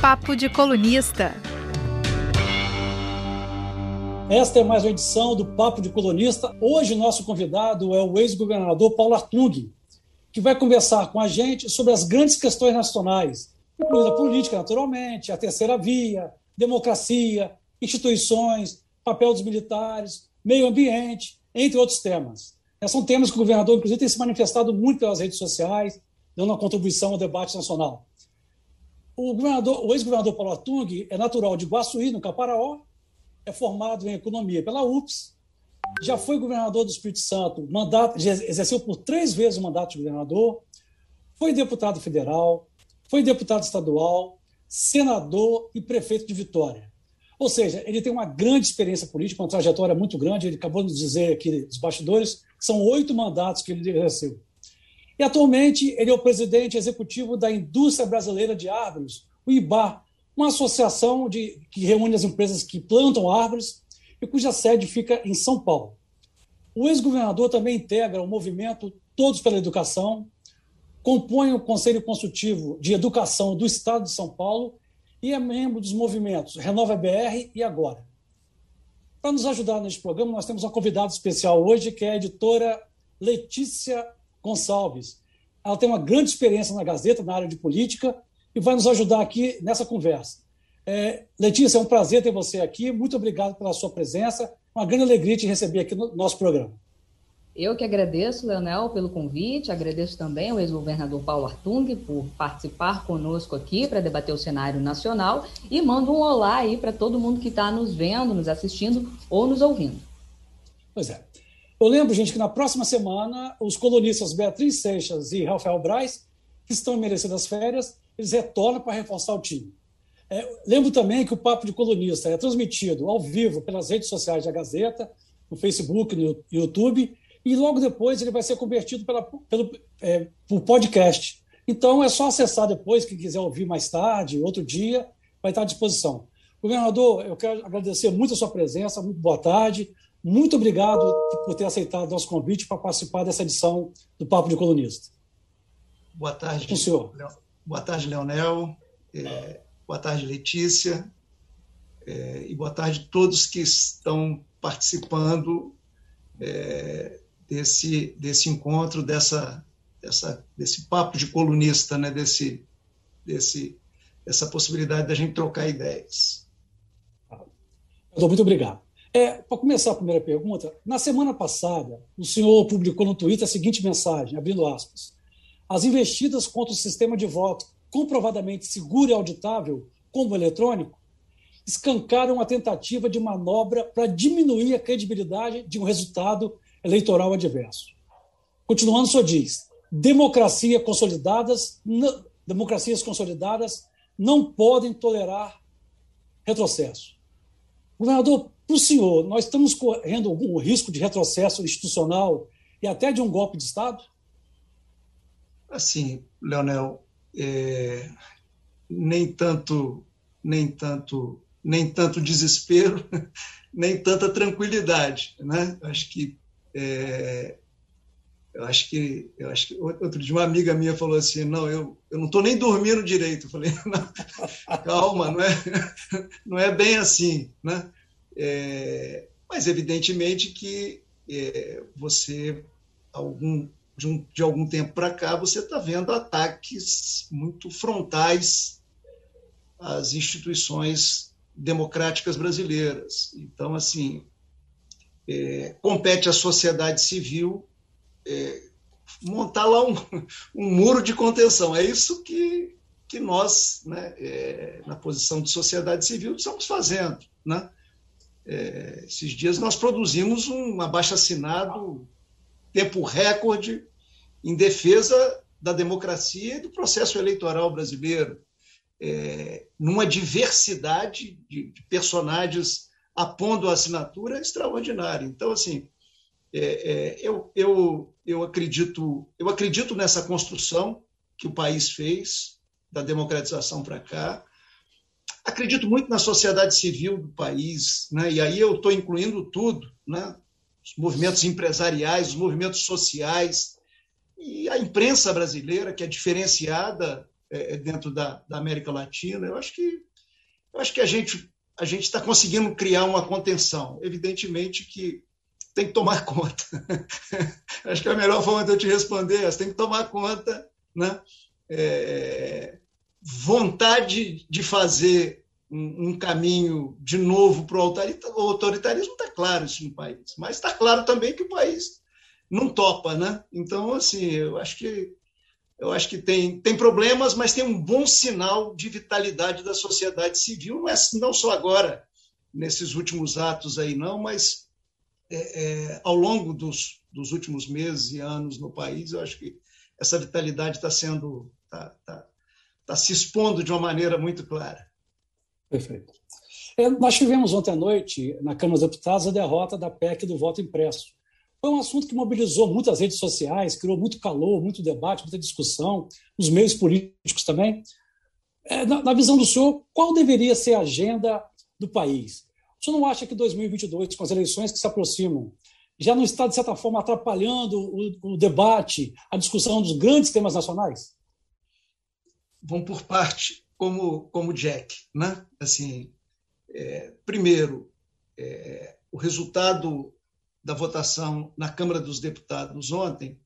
Papo de Colunista. Esta é mais uma edição do Papo de Colunista. Hoje, nosso convidado é o ex-governador Paulo Artung, que vai conversar com a gente sobre as grandes questões nacionais, incluindo a política, naturalmente, a terceira via, democracia, instituições, papel dos militares, meio ambiente, entre outros temas. São temas que o governador, inclusive, tem se manifestado muito pelas redes sociais, dando uma contribuição ao debate nacional. O ex-governador Paulo Artung é natural de Guaçuí, no Caparaó, é formado em economia pela UFS, já foi governador do Espírito Santo, já exerceu por 3 vezes o mandato de governador, foi deputado federal, foi deputado estadual, senador e prefeito de Vitória. Ou seja, ele tem uma grande experiência política, uma trajetória muito grande. Ele acabou de dizer aqui nos bastidores que são 8 mandatos que ele exerceu. E atualmente ele é o presidente executivo da Indústria Brasileira de Árvores, o IBA, uma associação que reúne as empresas que plantam árvores e cuja sede fica em São Paulo. O ex-governador também integra o movimento Todos pela Educação, compõe o Conselho Consultivo de Educação do Estado de São Paulo e é membro dos movimentos Renova BR e Agora. Para nos ajudar neste programa, nós temos uma convidada especial hoje, que é a editora Letícia Gonçalves. Ela tem uma grande experiência na Gazeta, na área de política, e vai nos ajudar aqui nessa conversa. Letícia, é um prazer ter você aqui. Muito obrigado pela sua presença. Uma grande alegria te receber aqui no nosso programa. Eu que agradeço, Leonel, pelo convite. Agradeço também ao ex-governador Paulo Artung por participar conosco aqui para debater o cenário nacional e mando um olá aí para todo mundo que está nos vendo, nos assistindo ou nos ouvindo. Pois é. Eu lembro, gente, que na próxima semana os colunistas Beatriz Seixas e Rafael Braz, que estão merecendo as férias, eles retornam para reforçar o time. Lembro também que o Papo de Colunista é transmitido ao vivo pelas redes sociais da Gazeta, no Facebook, no YouTube, e logo depois ele vai ser convertido por podcast. Então é só acessar depois, quem quiser ouvir mais tarde, outro dia, vai estar à disposição. Governador, eu quero agradecer muito a sua presença, muito boa tarde, muito obrigado por ter aceitado o nosso convite para participar dessa edição do Papo de Colunista. Boa tarde, senhor. Boa tarde, Leonel. Boa tarde, Letícia. E boa tarde a todos que estão participando desse encontro, desse papo de colunista, né? Dessa possibilidade da gente trocar ideias. Muito obrigado. Para começar a primeira pergunta, na semana passada, o senhor publicou no Twitter a seguinte mensagem, abrindo aspas: as investidas contra o sistema de voto comprovadamente seguro e auditável, como o eletrônico, escancaram a tentativa de manobra para diminuir a credibilidade de um resultado eleitoral adverso. Continuando, o senhor diz: democracias consolidadas não podem tolerar retrocesso. Governador, para o senhor, nós estamos correndo algum risco de retrocesso institucional e até de um golpe de Estado? Assim, Leonel, nem tanto desespero, nem tanta tranquilidade, né? Eu acho que outro dia uma amiga minha falou assim: não, eu não estou nem dormindo direito. Eu falei: não, calma, não é bem assim, né? Mas evidentemente que você de algum tempo para cá, você está vendo ataques muito frontais às instituições democráticas brasileiras. Então, assim, compete à sociedade civil montar lá um muro de contenção. É isso que nós, né, na posição de sociedade civil, estamos fazendo, né? Esses dias nós produzimos um abaixo-assinado tempo recorde em defesa da democracia e do processo eleitoral brasileiro, numa diversidade de personagens apondo a assinatura extraordinária. Então, assim, eu acredito nessa construção que o país fez, da democratização para cá. Acredito muito na sociedade civil do país, né? E aí eu estou incluindo tudo, né? Os movimentos empresariais, os movimentos sociais, e a imprensa brasileira, que é diferenciada dentro da América Latina. Eu acho que a gente está conseguindo criar uma contenção. Evidentemente que tem que tomar conta. Acho que a melhor forma de eu te responder é essa: tem que tomar conta, né? Vontade de fazer um caminho de novo para o autoritarismo, está claro isso no país, mas está claro também que o país não topa, né? Então, assim, eu acho que tem problemas, mas tem um bom sinal de vitalidade da sociedade civil, não só agora, nesses últimos atos aí, não, mas ao longo dos últimos meses e anos no país. Eu acho que essa vitalidade está se expondo de uma maneira muito clara. Perfeito. Nós tivemos ontem à noite, na Câmara dos Deputados, a derrota da PEC do voto impresso. Foi um assunto que mobilizou muitas redes sociais, criou muito calor, muito debate, muita discussão, nos meios políticos também. Na visão do senhor, qual deveria ser a agenda do país? O senhor não acha que 2022, com as eleições que se aproximam, já não está, de certa forma, atrapalhando o debate, a discussão dos grandes temas nacionais? Vamos por parte, como Jack, né? Assim, primeiro, o resultado da votação na Câmara dos Deputados ontem,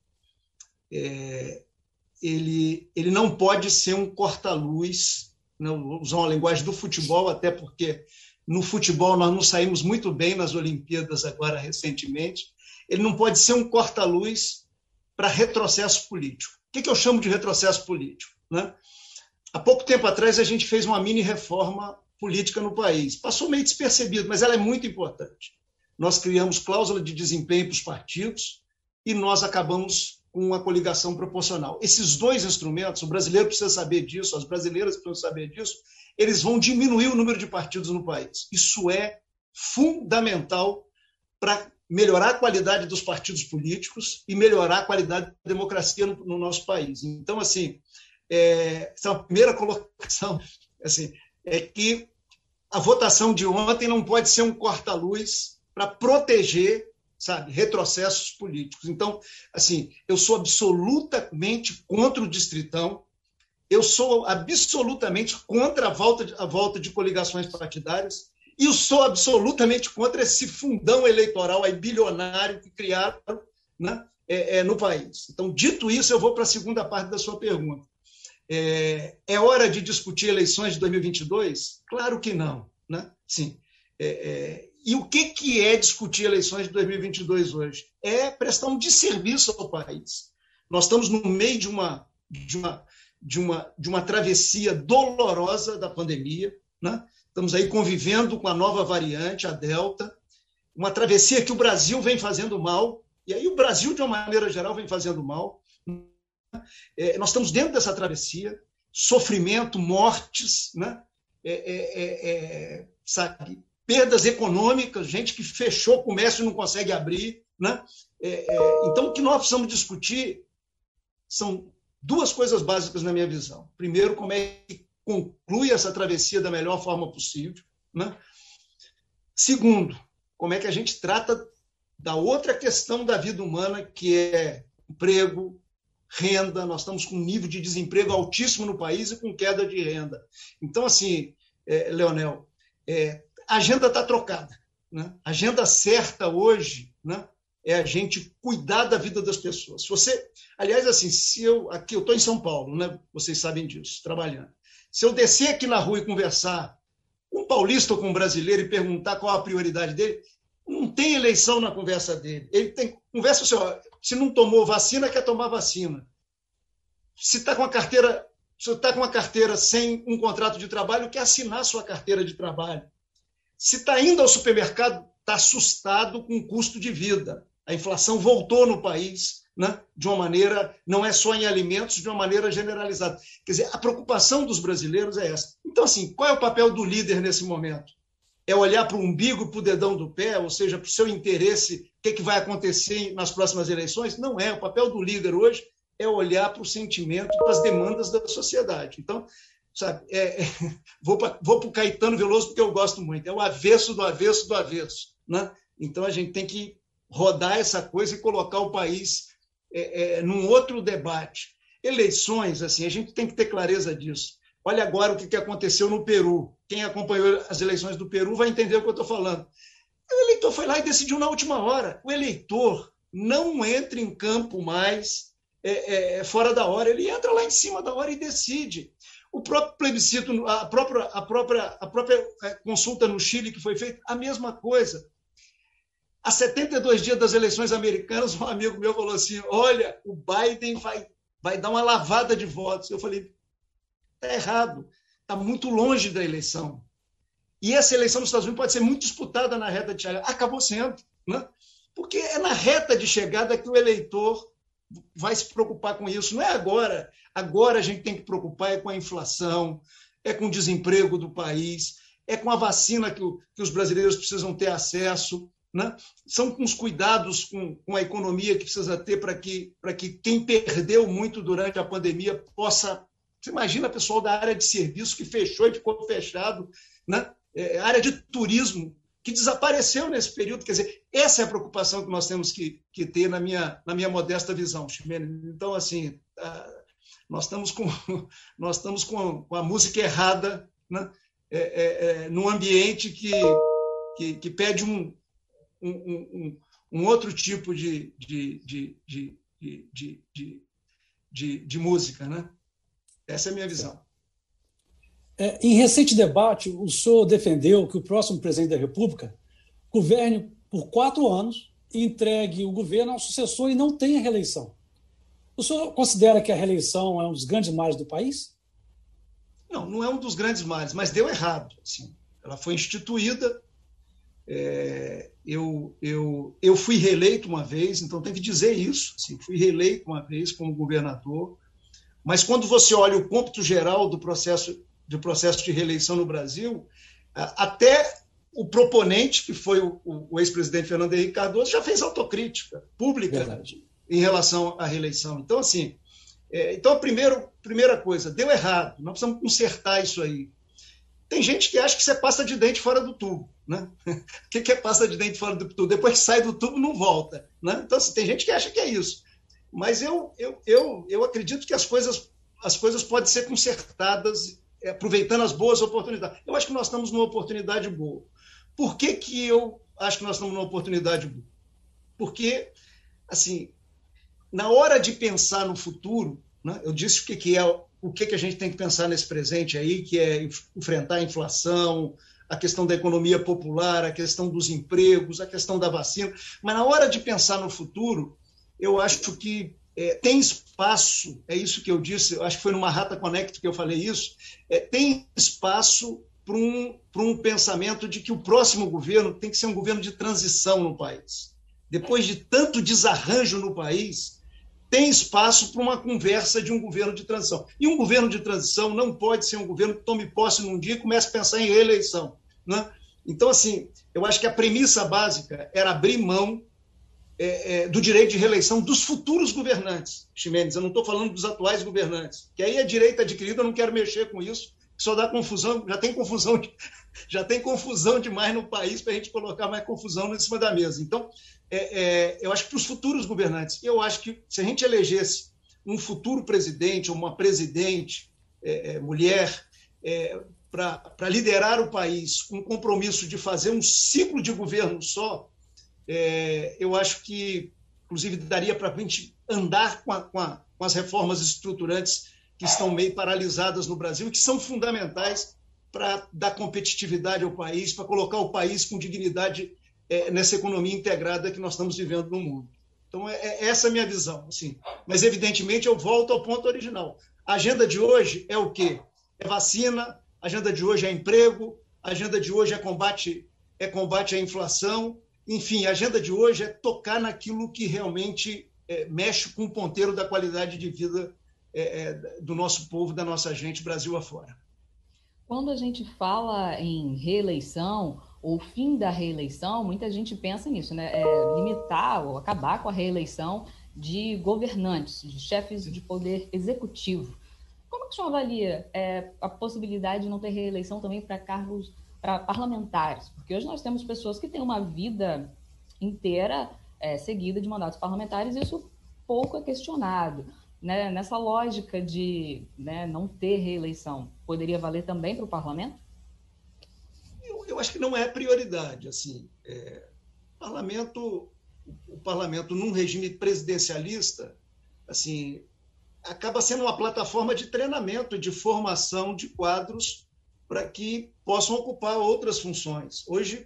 ele não pode ser um corta-luz, né? Vou usar uma linguagem do futebol, até porque no futebol nós não saímos muito bem nas Olimpíadas agora recentemente. Ele não pode ser um corta-luz para retrocesso político. O que eu chamo de retrocesso político, né? Há pouco tempo atrás a gente fez uma mini-reforma política no país. Passou meio despercebido, mas ela é muito importante. Nós criamos cláusula de desempenho para os partidos e nós acabamos com uma coligação proporcional. Esses dois instrumentos, o brasileiro precisa saber disso, as brasileiras precisam saber disso, eles vão diminuir o número de partidos no país. Isso é fundamental para melhorar a qualidade dos partidos políticos e melhorar a qualidade da democracia no nosso país. Então, assim, essa é a primeira colocação, assim, é que a votação de ontem não pode ser um corta-luz para proteger, sabe, retrocessos políticos. Então, assim, eu sou absolutamente contra o distritão, eu sou absolutamente contra a volta de coligações partidárias e eu sou absolutamente contra esse fundão eleitoral aí bilionário que criaram, né, no país. Então, dito isso, eu vou para a segunda parte da sua pergunta. É hora de discutir eleições de 2022? Claro que não, né? Sim. E o que é discutir eleições de 2022 hoje? É prestar um desserviço ao país. Nós estamos no meio de uma travessia dolorosa da pandemia, né? Estamos aí convivendo com a nova variante, a Delta, uma travessia que o Brasil vem fazendo mal, e aí o Brasil, de uma maneira geral, vem fazendo mal. Nós estamos dentro dessa travessia, sofrimento, mortes, né? Sabe, perdas econômicas, gente que fechou o comércio e não consegue abrir, né? Então, o que nós precisamos discutir são duas coisas básicas na minha visão. Primeiro, como é que conclui essa travessia da melhor forma possível, né? Segundo, como é que a gente trata da outra questão da vida humana, que é emprego, renda. Nós estamos com um nível de desemprego altíssimo no país e com queda de renda. Então, assim, Leonel, a agenda está trocada, né? A agenda certa hoje, né, é a gente cuidar da vida das pessoas. Aliás, assim, eu estou em São Paulo, né? Vocês sabem disso, trabalhando. Se eu descer aqui na rua e conversar com um paulista ou com um brasileiro e perguntar qual a prioridade dele, não tem eleição na conversa dele. Ele tem conversa assim, ó, se não tomou vacina, quer tomar vacina. Se está com uma carteira sem um contrato de trabalho, quer assinar sua carteira de trabalho. Se está indo ao supermercado, está assustado com o custo de vida. A inflação voltou no país, né, de uma maneira, não é só em alimentos, de uma maneira generalizada. Quer dizer, a preocupação dos brasileiros é essa. Então, assim, qual é o papel do líder nesse momento? É olhar para o umbigo, para o dedão do pé, ou seja, para o seu interesse, o que vai acontecer nas próximas eleições? Não é. O papel do líder hoje é olhar para o sentimento, para as demandas da sociedade. Então, sabe, vou para o Caetano Veloso porque eu gosto muito. É o avesso do avesso do avesso, né? Então, a gente tem que rodar essa coisa e colocar o país num outro debate. Eleições, assim, a gente tem que ter clareza disso. Olha agora o que aconteceu no Peru. Quem acompanhou as eleições do Peru vai entender o que eu estou falando. O eleitor foi lá e decidiu na última hora. O eleitor não entra em campo mais fora da hora, ele entra lá em cima da hora e decide. O próprio plebiscito, a própria consulta no Chile que foi feita, a mesma coisa. Há 72 dias das eleições americanas, um amigo meu falou assim, olha, o Biden vai dar uma lavada de votos. Eu falei, está errado, está muito longe da eleição. E essa eleição nos Estados Unidos pode ser muito disputada na reta de chegada. Acabou sendo, né? Porque é na reta de chegada que o eleitor vai se preocupar com isso. Não é agora. Agora a gente tem que preocupar com a inflação, com o desemprego do país, com a vacina que os brasileiros precisam ter acesso, né? São com os cuidados com a economia que precisa ter para que quem perdeu muito durante a pandemia possa... Você imagina o pessoal da área de serviço que fechou e ficou fechado, né? Área de turismo que desapareceu nesse período. Quer dizer, essa é a preocupação que nós temos que ter na minha modesta visão, Ximenes. Então, assim, nós estamos com a música errada, né? Num ambiente que pede um outro tipo de música, né? Essa é a minha visão. Em recente debate, o senhor defendeu que o próximo presidente da República governe por 4 anos e entregue o governo ao sucessor e não tenha reeleição. O senhor considera que a reeleição é um dos grandes males do país? Não é um dos grandes males, mas deu errado. Assim. Ela foi instituída. Eu fui reeleito uma vez, então tem que dizer isso. Assim, fui reeleito uma vez como governador. Mas quando você olha o cômputo geral do processo de reeleição no Brasil, até o proponente, que foi o ex-presidente Fernando Henrique Cardoso, já fez autocrítica pública. Verdade. Em relação à reeleição. Então, assim, a primeira coisa, deu errado, nós precisamos consertar isso aí. Tem gente que acha que você passa de dente fora do tubo, né? O que é passa de dente fora do tubo? Depois que sai do tubo, não volta, né? Então, assim, tem gente que acha que é isso. Mas eu acredito que as coisas podem ser consertadas aproveitando as boas oportunidades. Eu acho que nós estamos numa oportunidade boa. Por que eu acho que nós estamos numa oportunidade boa? Porque, assim, na hora de pensar no futuro, né, eu disse o que a gente tem que pensar nesse presente aí, que é enfrentar a inflação, a questão da economia popular, a questão dos empregos, a questão da vacina. Mas na hora de pensar no futuro, eu acho que tem espaço, é isso que eu disse, eu acho que foi numa Rata Connect que eu falei isso, tem espaço para um pensamento de que o próximo governo tem que ser um governo de transição no país. Depois de tanto desarranjo no país, tem espaço para uma conversa de um governo de transição. E um governo de transição não pode ser um governo que tome posse num dia e comece a pensar em reeleição, né? Então, assim, eu acho que a premissa básica era abrir mão do direito de reeleição dos futuros governantes, Ximenes. Eu não estou falando dos atuais governantes, que aí é direito adquirido, eu não quero mexer com isso, só dá confusão, já tem confusão demais no país para a gente colocar mais confusão em cima da mesa. Então, eu acho que para os futuros governantes, eu acho que se a gente elegesse um futuro presidente ou uma presidente mulher para liderar o país com o compromisso de fazer um ciclo de governo só, eu acho que, inclusive, daria para a gente andar com as reformas estruturantes que estão meio paralisadas no Brasil e que são fundamentais para dar competitividade ao país, para colocar o país com dignidade nessa economia integrada que nós estamos vivendo no mundo. Então, essa é a minha visão. Assim. Mas, evidentemente, eu volto ao ponto original. A agenda de hoje é o quê? É vacina, a agenda de hoje é emprego, a agenda de hoje é combate à inflação. Enfim, a agenda de hoje é tocar naquilo que realmente mexe com o ponteiro da qualidade de vida do nosso povo, da nossa gente, Brasil afora. Quando a gente fala em reeleição ou fim da reeleição, muita gente pensa nisso, né? Limitar ou acabar com a reeleição de governantes, de chefes de poder executivo. Como que o senhor avalia a possibilidade de não ter reeleição também para cargos parlamentares? Porque hoje nós temos pessoas que têm uma vida inteira seguida de mandatos parlamentares, e isso pouco é questionado. né, nessa lógica de, né, não ter reeleição, poderia valer também para o parlamento? Eu acho que não é prioridade. Assim, o parlamento num regime presidencialista, assim, acaba sendo uma plataforma de treinamento, de formação de quadros para que possam ocupar outras funções. Hoje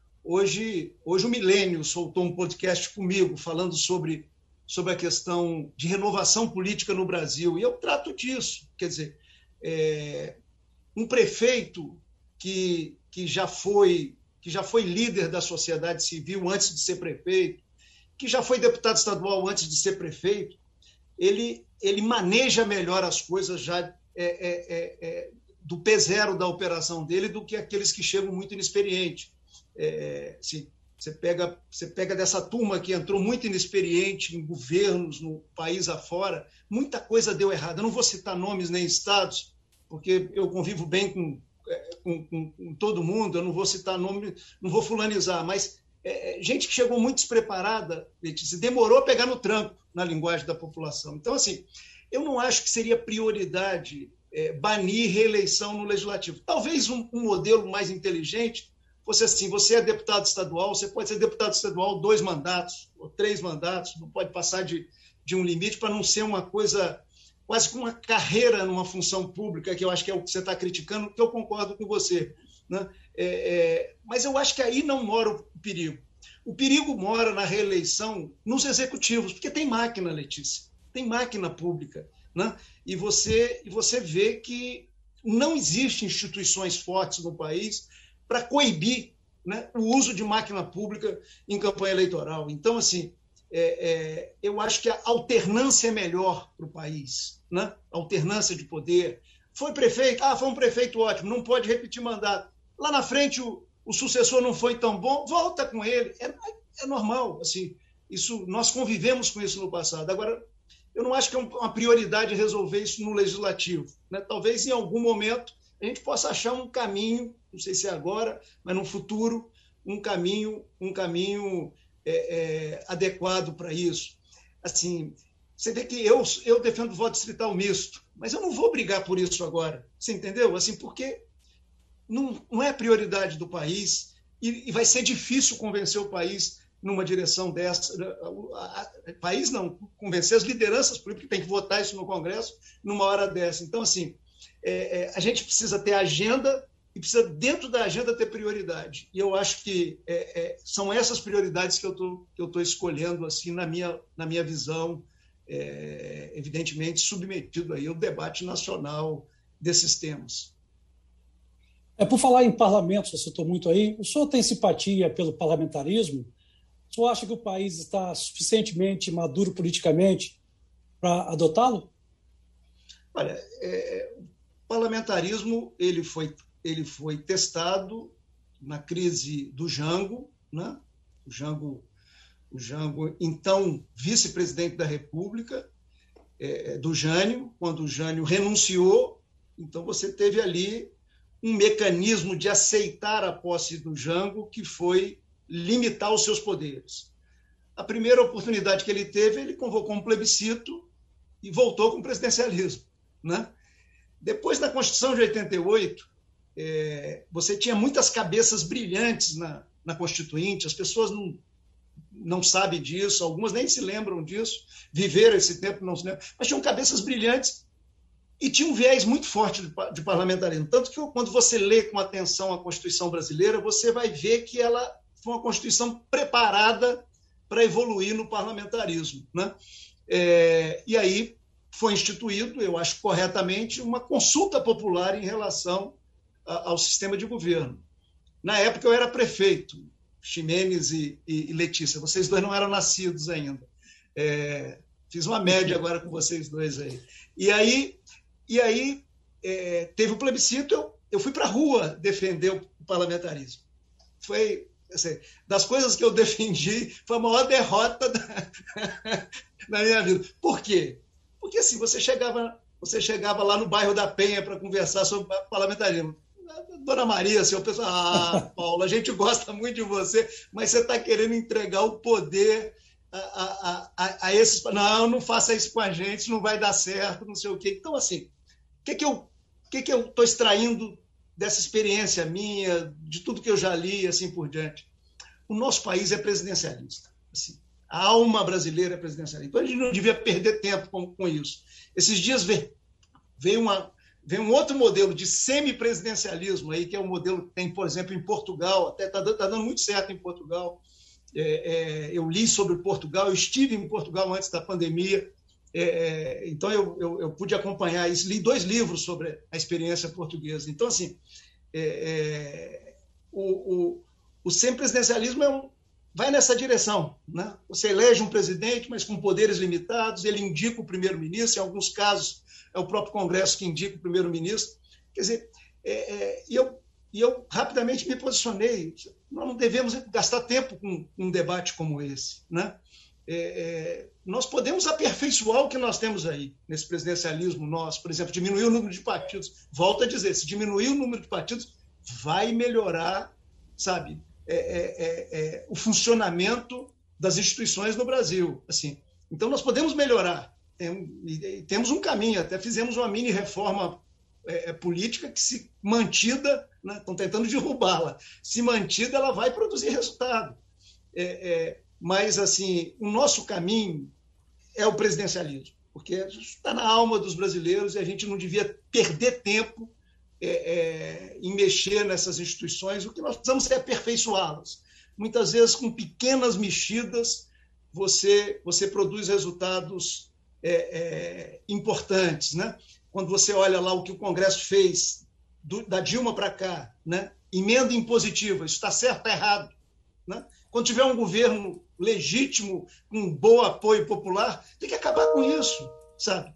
o Milênio soltou um podcast comigo falando sobre a questão de renovação política no Brasil, e eu trato disso. Quer dizer, um prefeito que já foi líder da sociedade civil antes de ser prefeito, que já foi deputado estadual antes de ser prefeito, ele maneja melhor as coisas já do P0 da operação dele do que aqueles que chegam muito inexperientes. Sim, você pega dessa turma que entrou muito inexperiente em governos, no país afora, muita coisa deu errado. Eu não vou citar nomes nem estados, porque eu convivo bem com todo mundo, eu não vou citar nome, não vou fulanizar, mas gente que chegou muito despreparada, Letícia, demorou a pegar no tranco na linguagem da população. Então, assim, eu não acho que seria prioridade banir reeleição no Legislativo. Talvez um modelo mais inteligente fosse assim: você é deputado estadual, você pode ser deputado estadual 2 mandatos ou 3 mandatos, não pode passar de um limite, para não ser uma coisa quase que uma carreira numa função pública, que eu acho que é o que você está criticando, que eu concordo com você, né? Mas eu acho que aí não mora o perigo. O perigo mora na reeleição nos executivos, porque tem máquina, Letícia, tem máquina pública, né? E você vê que não existem instituições fortes no país para coibir, né, o uso de máquina pública em campanha eleitoral. Então, assim, eu acho que a alternância é melhor para o país, né? Alternância de poder. Foi prefeito? Foi um prefeito ótimo, não pode repetir mandato. Lá na frente o sucessor não foi tão bom, volta com ele. É normal, assim, isso, nós convivemos com isso no passado. Agora, eu não acho que é uma prioridade resolver isso no Legislativo, né? Talvez em algum momento a gente possa achar um caminho, não sei se é agora, mas no futuro, um caminho adequado para isso. Assim, você vê que eu defendo o voto distrital misto, mas eu não vou brigar por isso agora, você entendeu? Assim, porque não é prioridade do país e vai ser difícil convencer o país numa direção dessa. País não, convencer as lideranças políticas, que tem que votar isso no Congresso numa hora dessa. Então, assim, a gente precisa ter agenda e precisa, dentro da agenda, ter prioridade. E eu acho que são essas prioridades que eu estou escolhendo, assim, na minha visão, evidentemente submetido aí ao debate nacional desses temas. Por falar em parlamento, você citou muito aí, o senhor tem simpatia pelo parlamentarismo? O senhor acha que o país está suficientemente maduro politicamente para adotá-lo? Olha, o parlamentarismo ele foi testado na crise do Jango, né? O Jango, então vice-presidente da República, do Jânio, quando o Jânio renunciou, então você teve ali um mecanismo de aceitar a posse do Jango, que foi limitar os seus poderes. A primeira oportunidade que ele teve, ele convocou um plebiscito e voltou com o presidencialismo, né? Depois da Constituição de 88, você tinha muitas cabeças brilhantes na Constituinte, as pessoas não sabem disso, algumas nem se lembram disso, viveram esse tempo, não se lembram, mas tinham cabeças brilhantes e tinha um viés muito forte de parlamentarismo. Tanto que quando você lê com atenção a Constituição brasileira, você vai ver que ela foi uma Constituição preparada para evoluir no parlamentarismo, né? E aí foi instituído, eu acho corretamente, uma consulta popular em relação ao sistema de governo. Na época eu era prefeito, Ximenes e Letícia, vocês dois não eram nascidos ainda. Fiz uma média agora com vocês dois aí. E aí teve o plebiscito, eu fui para a rua defender o parlamentarismo. Foi, assim, das coisas que eu defendi, foi a maior derrota da minha vida. Por quê? Porque assim, você chegava lá no bairro da Penha para conversar sobre parlamentarismo. Dona Maria, seu pessoal, Paulo, a gente gosta muito de você, mas você está querendo entregar o poder a esses... Não faça isso com a gente, não vai dar certo, não sei o quê. Então, assim, o que eu estou extraindo dessa experiência minha, de tudo que eu já li, assim por diante? O nosso país é presidencialista. Assim, a alma brasileira é presidencialista. Então, a gente não devia perder tempo com isso. Esses dias veio um outro modelo de semipresidencialismo, aí, que é um modelo que tem, por exemplo, em Portugal, até está dando muito certo em Portugal. Eu li sobre Portugal, eu estive em Portugal antes da pandemia, então eu pude acompanhar isso, li 2 livros sobre a experiência portuguesa. Então, assim, o semipresidencialismo vai nessa direção, né? Você elege um presidente, mas com poderes limitados, ele indica o primeiro-ministro, em alguns casos é o próprio Congresso que indica o primeiro-ministro. Quer dizer, eu rapidamente me posicionei. Nós não devemos gastar tempo com um debate como esse, né? Nós podemos aperfeiçoar o que nós temos aí, nesse presidencialismo nosso, por exemplo, diminuir o número de partidos. Volto a dizer, se diminuir o número de partidos, vai melhorar, sabe, o funcionamento das instituições no Brasil. Assim. Então, nós podemos melhorar. Temos um caminho, até fizemos uma mini-reforma política que, se mantida, né, estão tentando derrubá-la, se mantida, ela vai produzir resultado. Mas, assim, o nosso caminho é o presidencialismo, porque está na alma dos brasileiros e a gente não devia perder tempo em mexer nessas instituições. O que nós precisamos é aperfeiçoá-las. Muitas vezes, com pequenas mexidas, você produz resultados importantes, né? Quando você olha lá o que o Congresso fez da Dilma para cá, né? Emenda impositiva, isso está certo, está errado, né? Quando tiver um governo legítimo, com bom apoio popular, tem que acabar com isso, sabe?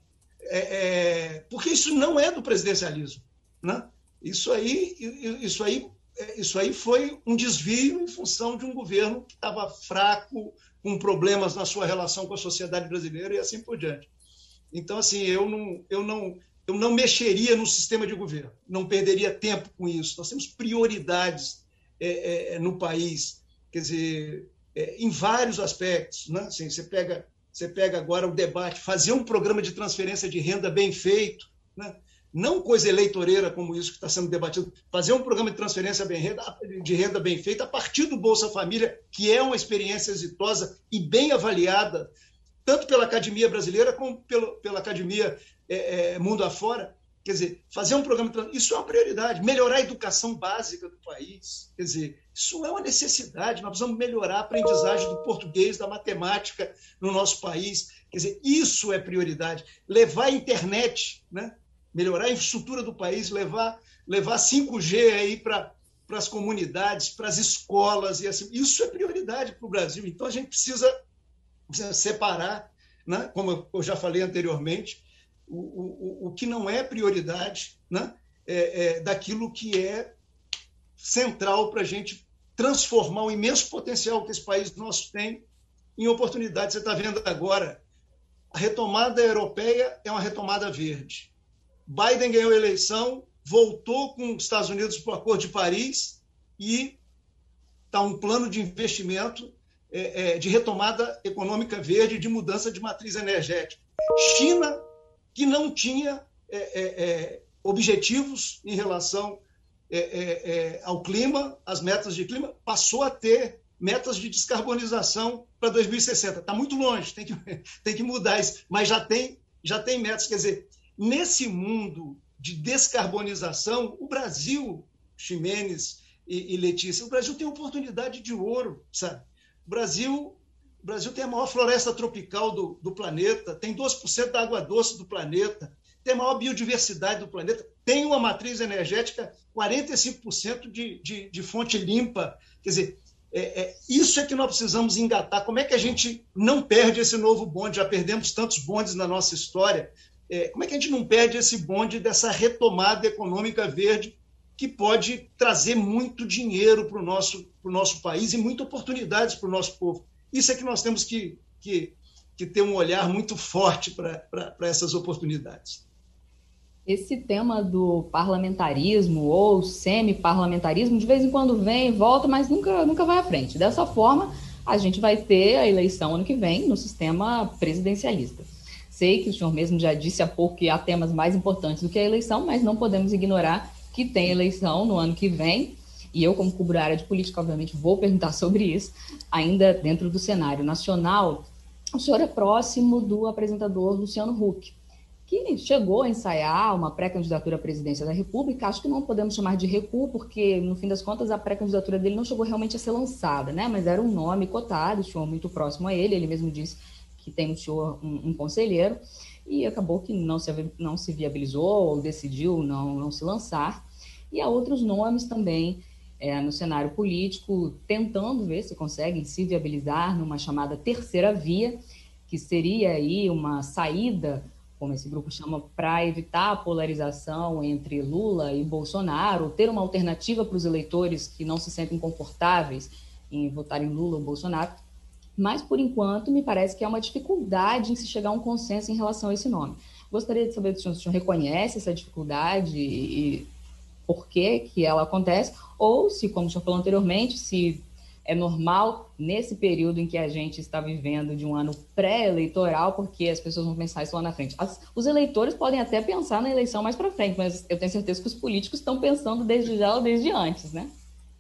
Porque isso não é do presidencialismo, né? Isso aí foi um desvio em função de um governo que estava fraco, com problemas na sua relação com a sociedade brasileira e assim por diante. Então, assim, eu não mexeria no sistema de governo, não perderia tempo com isso. Nós temos prioridades no país, quer dizer, em vários aspectos, né? Assim, você pega agora o debate, fazer um programa de transferência de renda bem feito, né? Não coisa eleitoreira como isso que está sendo debatido, fazer um programa de transferência de renda bem feito a partir do Bolsa Família, que é uma experiência exitosa e bem avaliada, tanto pela academia brasileira como pela academia mundo afora. Quer dizer, fazer um programa, isso é uma prioridade. Melhorar a educação básica do país, quer dizer, isso é uma necessidade. Nós precisamos melhorar a aprendizagem do português, da matemática no nosso país. Quer dizer, isso é prioridade. Levar a internet, né? Melhorar a infraestrutura do país, levar 5G aí para as comunidades, para as escolas, e assim, isso é prioridade para o Brasil. Então, a gente precisa separar, né, como eu já falei anteriormente, o que não é prioridade, né, daquilo que é central para a gente transformar o imenso potencial que esse país nosso tem em oportunidades. Você está vendo agora, a retomada europeia é uma retomada verde. Biden ganhou a eleição, voltou com os Estados Unidos para o Acordo de Paris e está um plano de investimento de retomada econômica verde, de mudança de matriz energética. China, que não tinha objetivos em relação ao clima, às metas de clima, passou a ter metas de descarbonização para 2060. Está muito longe, tem que mudar isso, mas já tem metas. Quer dizer, nesse mundo de descarbonização, o Brasil, Ximenes e Letícia, o Brasil tem oportunidade de ouro, sabe? O Brasil tem a maior floresta tropical do planeta, tem 2% da água doce do planeta, tem a maior biodiversidade do planeta, tem uma matriz energética 45% de fonte limpa. Quer dizer, isso é que nós precisamos engatar. Como é que a gente não perde esse novo bonde? Já perdemos tantos bondes na nossa história. Como é que a gente não perde esse bonde dessa retomada econômica verde que pode trazer muito dinheiro para o nosso país e muitas oportunidades para o nosso povo? Isso é que nós temos que ter um olhar muito forte para essas oportunidades. Esse tema do parlamentarismo ou semi-parlamentarismo, de vez em quando vem e volta, mas nunca vai à frente. Dessa forma, a gente vai ter a eleição ano que vem no sistema presidencialista. Sei que o senhor mesmo já disse há pouco que há temas mais importantes do que a eleição, mas não podemos ignorar que tem eleição no ano que vem, e eu, como cubro a área de política, obviamente vou perguntar sobre isso, ainda dentro do cenário nacional. O senhor é próximo do apresentador Luciano Huck, que chegou a ensaiar uma pré-candidatura à presidência da República. Acho que não podemos chamar de recuo, porque, no fim das contas, a pré-candidatura dele não chegou realmente a ser lançada, né? Mas era um nome cotado, o senhor muito próximo a ele mesmo disse que tem no senhor um conselheiro, e acabou que não se viabilizou ou decidiu não se lançar. E há outros nomes também no cenário político, tentando ver se conseguem se viabilizar numa chamada terceira via, que seria aí uma saída, como esse grupo chama, para evitar a polarização entre Lula e Bolsonaro, ter uma alternativa para os eleitores que não se sentem confortáveis em votar em Lula ou Bolsonaro. Mas, por enquanto, me parece que há uma dificuldade em se chegar a um consenso em relação a esse nome. Gostaria de saber se o senhor reconhece essa dificuldade e por que ela acontece, ou se, como o senhor falou anteriormente, se é normal nesse período em que a gente está vivendo de um ano pré-eleitoral, porque as pessoas vão pensar isso lá na frente. Os eleitores podem até pensar na eleição mais para frente, mas eu tenho certeza que os políticos estão pensando desde já ou desde antes, né?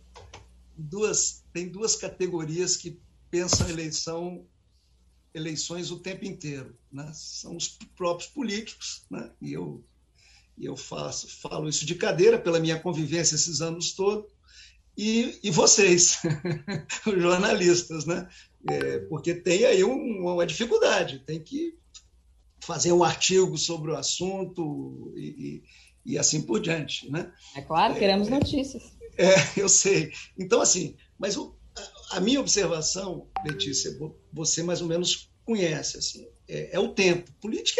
Tem duas categorias que pensam eleições o tempo inteiro, né? São os próprios políticos, né? E eu falo isso de cadeira pela minha convivência esses anos todos, e vocês, os jornalistas, né? Porque tem aí uma dificuldade, tem que fazer um artigo sobre o assunto e assim por diante, né? É claro, queremos notícias. Eu sei. Então, assim, mas a minha observação, Letícia, você mais ou menos conhece, assim, é o tempo.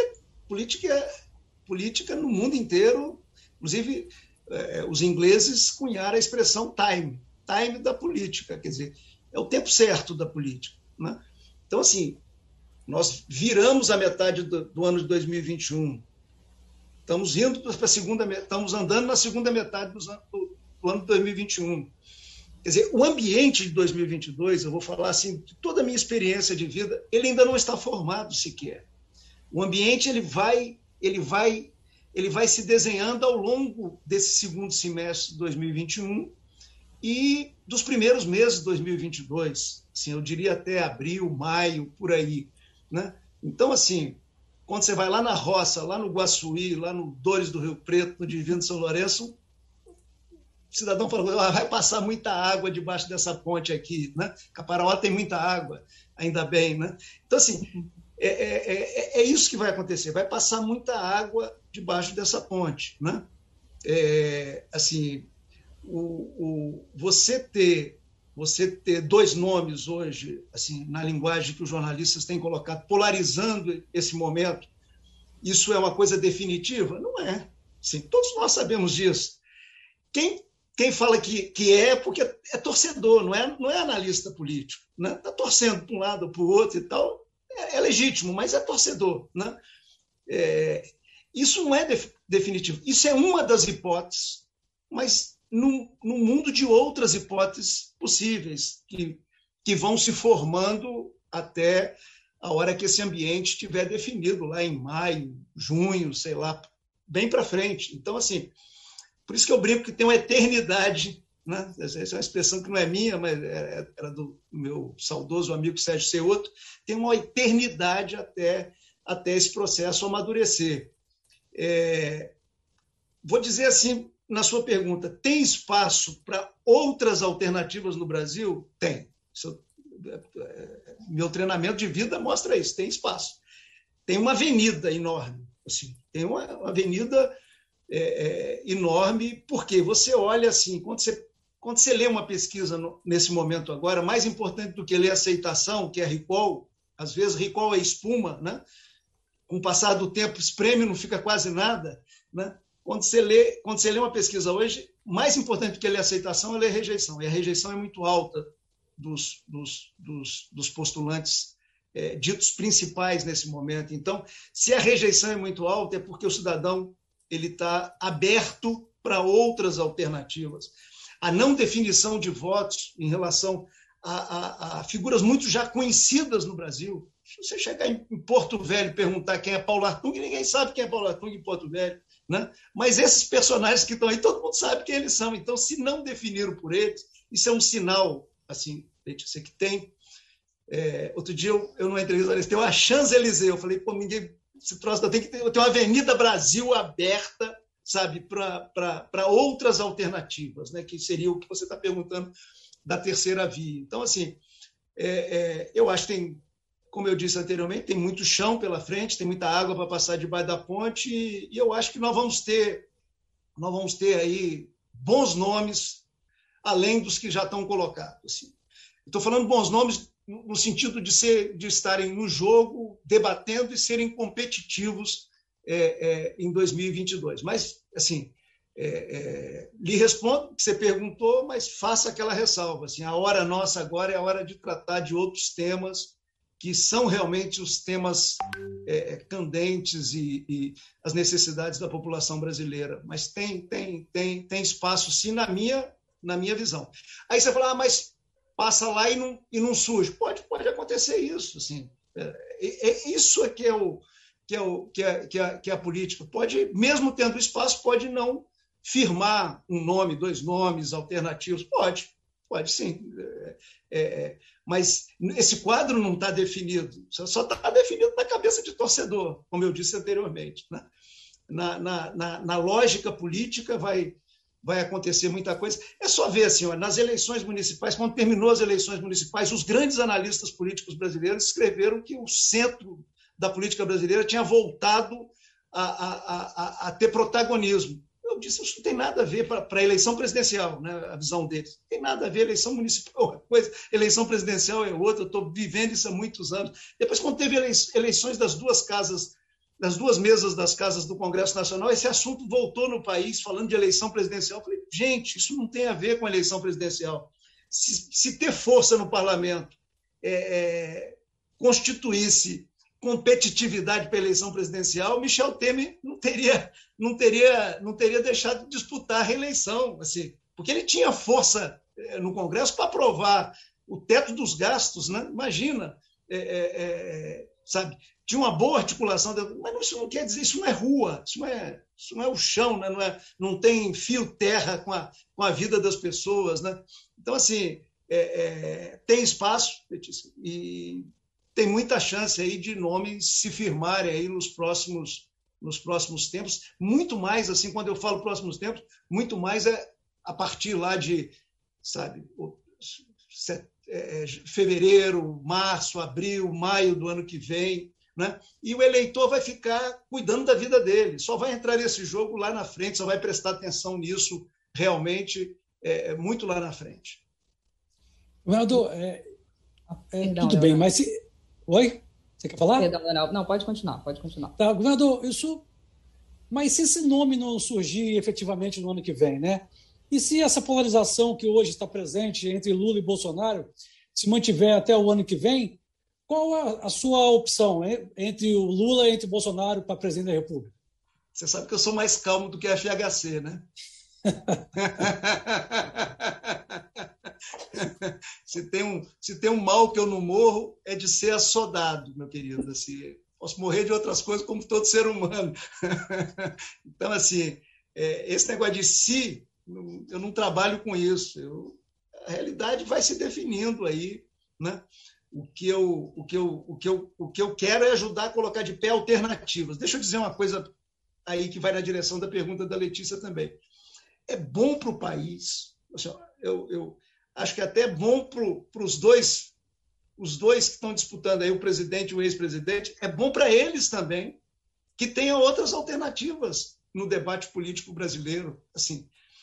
Política no mundo inteiro, inclusive os ingleses cunharam a expressão time da política, quer dizer, é o tempo certo da política, né? Então, assim, nós viramos a metade do ano de 2021, estamos indo para estamos andando na segunda metade do ano de 2021. Quer dizer, o ambiente de 2022, eu vou falar assim, de toda a minha experiência de vida, ele ainda não está formado sequer. O ambiente ele vai se desenhando ao longo desse segundo semestre de 2021 e dos primeiros meses de 2022, assim, eu diria até abril, maio, por aí, né? Então, assim, quando você vai lá na roça, lá no Guaçuí, lá no Dores do Rio Preto, no Divino São Lourenço, o cidadão falou, vai passar muita água debaixo dessa ponte aqui, né? Caparaó tem muita água, ainda bem, né? Então, assim, é isso que vai acontecer, vai passar muita água debaixo dessa ponte, né? Assim, você ter dois nomes hoje, assim, na linguagem que os jornalistas têm colocado, polarizando esse momento, isso é uma coisa definitiva? Não é. Assim, todos nós sabemos disso. Quem fala que é porque é torcedor, não é analista político, né? Está torcendo para um lado ou para o outro e tal, é legítimo, mas é torcedor, né? Isso não é definitivo. Isso é uma das hipóteses, mas no mundo de outras hipóteses possíveis que vão se formando até a hora que esse ambiente estiver definido, lá em maio, junho, sei lá, bem para frente. Então, assim, por isso que eu brinco que tem uma eternidade, né? Essa é uma expressão que não é minha, mas era do meu saudoso amigo Sérgio Seoto, tem uma eternidade até esse processo amadurecer. Vou dizer assim, na sua pergunta, tem espaço para outras alternativas no Brasil? Tem. Meu treinamento de vida mostra isso, tem espaço. Tem uma avenida enorme, assim, tem uma avenida enorme, porque você olha assim, quando você lê uma pesquisa nesse momento agora, mais importante do que ler aceitação, que é recall, às vezes recall é espuma, né? Com o passar do tempo, espreme, não fica quase nada, né? Quando você lê uma pesquisa hoje, mais importante do que ler aceitação é ler rejeição, e a rejeição é muito alta dos postulantes ditos principais nesse momento. Então, se a rejeição é muito alta, é porque o cidadão ele está aberto para outras alternativas. A não definição de votos em relação a figuras muito já conhecidas no Brasil. Se você chegar em Porto Velho e perguntar quem é Paulo Artung, ninguém sabe quem é Paulo Artung em Porto Velho, né? Mas esses personagens que estão aí, todo mundo sabe quem eles são. Então, se não definiram por eles, isso é um sinal, assim, Letícia, que tem. Outro dia, eu numa entrevista, tem uma Champs-Élysées. Eu falei, pô, ninguém. Esse troço tem que ter uma Avenida Brasil aberta, sabe, para outras alternativas, né? Que seria o que você está perguntando da terceira via. Então, assim, eu acho que tem, como eu disse anteriormente, tem muito chão pela frente, tem muita água para passar debaixo da ponte, e eu acho que nós vamos ter aí bons nomes, além dos que já estão colocados. Assim. Estou falando bons nomes no sentido de estarem no jogo, debatendo e serem competitivos em 2022. Mas, assim, lhe respondo que você perguntou, mas faça aquela ressalva. Assim, a hora nossa agora é a hora de tratar de outros temas que são realmente os temas candentes e as necessidades da população brasileira. Mas tem espaço, sim, na minha visão. Aí você fala, mas passa lá e não surge. Pode acontecer isso. Assim. Isso é que é a política. Pode, mesmo tendo espaço, pode não firmar um nome, 2 nomes alternativos. Pode sim. Mas esse quadro não está definido. Só está definido na cabeça de torcedor, como eu disse anteriormente. Né? Na lógica política vai acontecer muita coisa. É só ver, assim, nas eleições municipais, quando terminou as eleições municipais, os grandes analistas políticos brasileiros escreveram que o centro da política brasileira tinha voltado a ter protagonismo. Eu disse, isso não tem nada a ver para a eleição presidencial, né, a visão deles. Não tem nada a ver, eleição municipal é uma coisa, eleição presidencial é outra, eu estou vivendo isso há muitos anos. Depois, quando teve eleições das duas casas, das duas mesas das casas do Congresso Nacional, esse assunto voltou no país, falando de eleição presidencial. Eu falei, gente, isso não tem a ver com a eleição presidencial. Se ter força no parlamento constituísse competitividade para a eleição presidencial, Michel Temer não teria deixado de disputar a reeleição, assim, porque ele tinha força no Congresso para aprovar o teto dos gastos, né? Imagina, sabe? Tinha uma boa articulação, mas isso não quer dizer, isso não é rua, isso não é o chão, né? Não tem fio terra com a vida das pessoas, né? Então, assim, tem espaço, Letícia, e tem muita chance aí de nomes se firmarem aí nos próximos tempos, muito mais, assim, quando eu falo próximos tempos, muito mais a partir lá de, sabe, fevereiro, março, abril, maio do ano que vem, né? E o eleitor vai ficar cuidando da vida dele, só vai entrar nesse jogo lá na frente, só vai prestar atenção nisso realmente muito lá na frente. Governador, tudo bem, mas se... Oi? Você quer falar? Perdão, não, pode continuar. Tá, governador, mas se esse nome não surgir efetivamente no ano que vem, né? E se essa polarização que hoje está presente entre Lula e Bolsonaro se mantiver até o ano que vem, qual a sua opção entre o Lula e entre o Bolsonaro para presidente da República? Você sabe que eu sou mais calmo do que a FHC, né? Se tem um mal que eu não morro, é de ser assodado, meu querido. Assim, posso morrer de outras coisas como todo ser humano. Então, assim, esse negócio de si, eu não trabalho com isso. A realidade vai se definindo aí, né? O que eu quero é ajudar a colocar de pé alternativas. Deixa eu dizer uma coisa aí que vai na direção da pergunta da Letícia também. É bom para o país, eu acho que até é bom para os dois que estão disputando aí, o presidente e o ex-presidente, é bom para eles também que tenham outras alternativas no debate político brasileiro. Assim,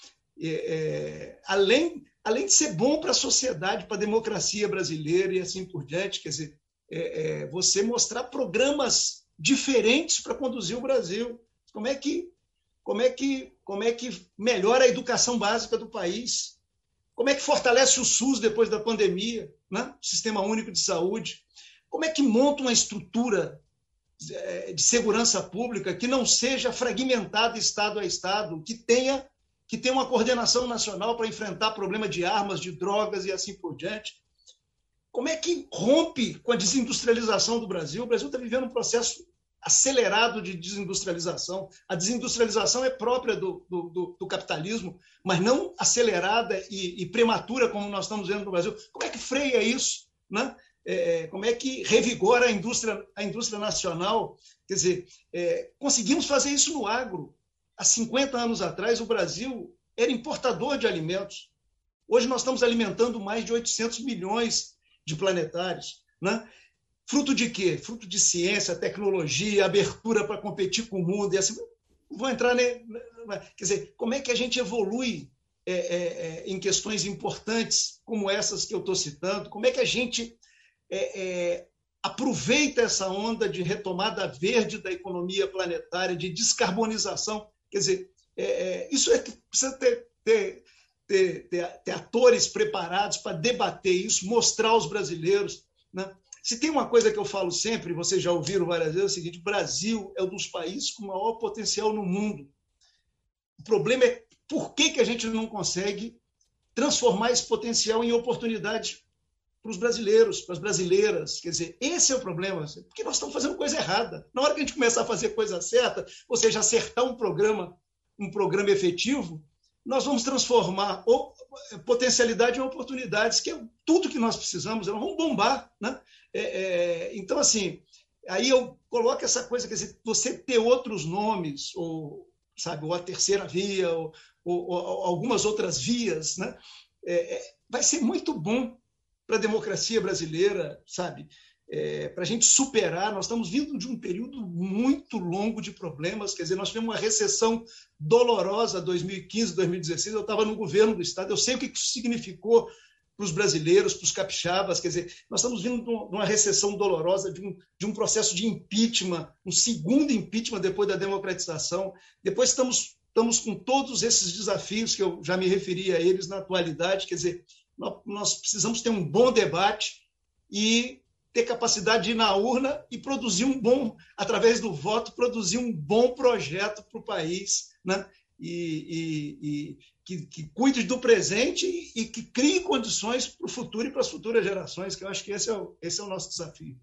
além de ser bom para a sociedade, para a democracia brasileira e assim por diante, quer dizer, você mostrar programas diferentes para conduzir o Brasil. Como é que melhora a educação básica do país? Como é que fortalece o SUS depois da pandemia, né? O Sistema Único de Saúde? Como é que monta uma estrutura de segurança pública que não seja fragmentada estado a estado, que tenha uma coordenação nacional para enfrentar problema de armas, de drogas e assim por diante? como é que rompe com a desindustrialização do Brasil? O Brasil está vivendo um processo acelerado de desindustrialização. A desindustrialização é própria do capitalismo, mas não acelerada e prematura como nós estamos vendo no Brasil. Como é que freia isso, né? Como é que revigora a indústria nacional? Quer dizer, conseguimos fazer isso no agro. Há 50 anos atrás, o Brasil era importador de alimentos. Hoje nós estamos alimentando mais de 800 milhões de planetários, né? Fruto de quê? Fruto de ciência, tecnologia, abertura para competir com o mundo. E assim, vou entrar, né? Quer dizer, como é que a gente evolui em questões importantes como essas que eu estou citando? Como é que a gente aproveita essa onda de retomada verde da economia planetária, de descarbonização? Quer dizer, isso é que precisa ter atores preparados para debater isso, mostrar aos brasileiros, né? Se tem uma coisa que eu falo sempre, vocês já ouviram várias vezes, é o seguinte: o Brasil é um dos países com maior potencial no mundo. O problema é por que a gente não consegue transformar esse potencial em oportunidades para os brasileiros, para as brasileiras. Quer dizer, esse é o problema, porque nós estamos fazendo coisa errada. Na hora que a gente começar a fazer coisa certa, ou seja, acertar um programa efetivo, nós vamos transformar potencialidade em oportunidades, que é tudo que nós precisamos. Nós vamos bombar, né? Então, assim, aí eu coloco essa coisa, quer dizer, você ter outros nomes, ou a terceira via, ou algumas outras vias, né? Vai ser muito bom para a democracia brasileira, sabe? Para a gente superar. Nós estamos vindo de um período muito longo de problemas, quer dizer, nós tivemos uma recessão dolorosa 2015, 2016, eu estava no governo do Estado, eu sei o que isso significou para os brasileiros, para os capixabas, quer dizer, nós estamos vindo de uma recessão dolorosa, de um processo de impeachment, um segundo impeachment depois da democratização, depois estamos com todos esses desafios que eu já me referi a eles na atualidade, quer dizer, nós precisamos ter um bom debate e ter capacidade de ir na urna e produzir através do voto, produzir um bom projeto para o país, né? E que cuide do presente e que crie condições para o futuro e para as futuras gerações, que eu acho que esse é o nosso desafio.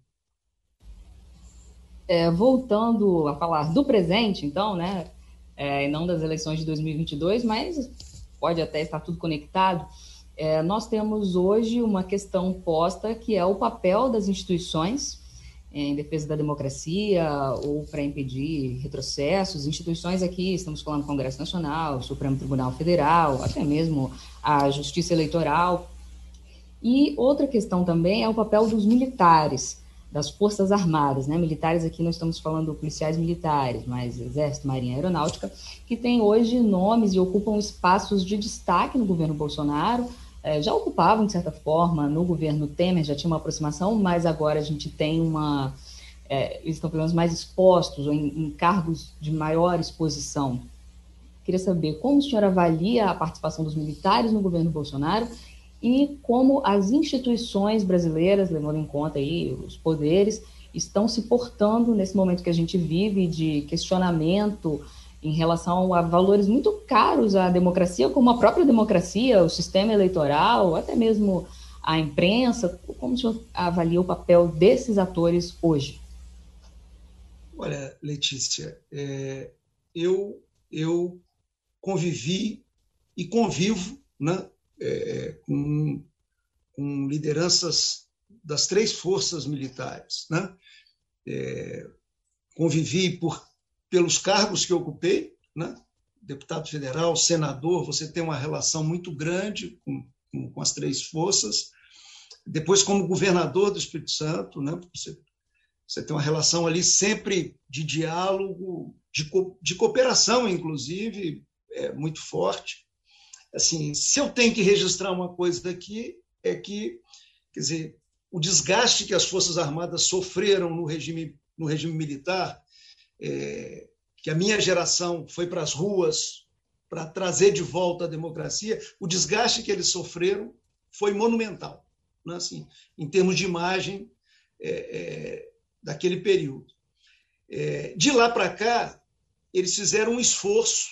Voltando a falar do presente, então, né? E não das eleições de 2022, mas pode até estar tudo conectado. Nós temos hoje uma questão posta, que é o papel das instituições em defesa da democracia ou para impedir retrocessos. Instituições aqui, estamos falando do Congresso Nacional, o Supremo Tribunal Federal, até mesmo a Justiça Eleitoral. E outra questão também é o papel dos militares, das Forças Armadas, né? Militares aqui nós estamos falando de policiais militares, mas Exército, Marinha, Aeronáutica, que têm hoje nomes e ocupam espaços de destaque no governo Bolsonaro. Já ocupavam, de certa forma, no governo Temer, já tinha uma aproximação, mas agora a gente tem eles estão pelo menos mais expostos, ou em cargos de maior exposição. Queria saber como o senhor avalia a participação dos militares no governo Bolsonaro e como as instituições brasileiras, levando em conta aí os poderes, estão se portando nesse momento que a gente vive de questionamento em relação a valores muito caros à democracia, como a própria democracia, o sistema eleitoral, até mesmo a imprensa. Como o senhor avalia o papel desses atores hoje? Olha, Letícia, eu convivi e convivo, né, com lideranças das 3 forças militares, né? Convivi pelos cargos que eu ocupei, né? Deputado federal, senador, você tem uma relação muito grande com as 3 forças. Depois, como governador do Espírito Santo, né? Você tem uma relação ali sempre de diálogo, de cooperação, inclusive, muito forte. Assim, se eu tenho que registrar uma coisa daqui, é que, quer dizer, o desgaste que as Forças Armadas sofreram no regime militar, que a minha geração foi para as ruas para trazer de volta a democracia, o desgaste que eles sofreram foi monumental, né? Assim, em termos de imagem daquele período. De lá para cá, eles fizeram um esforço,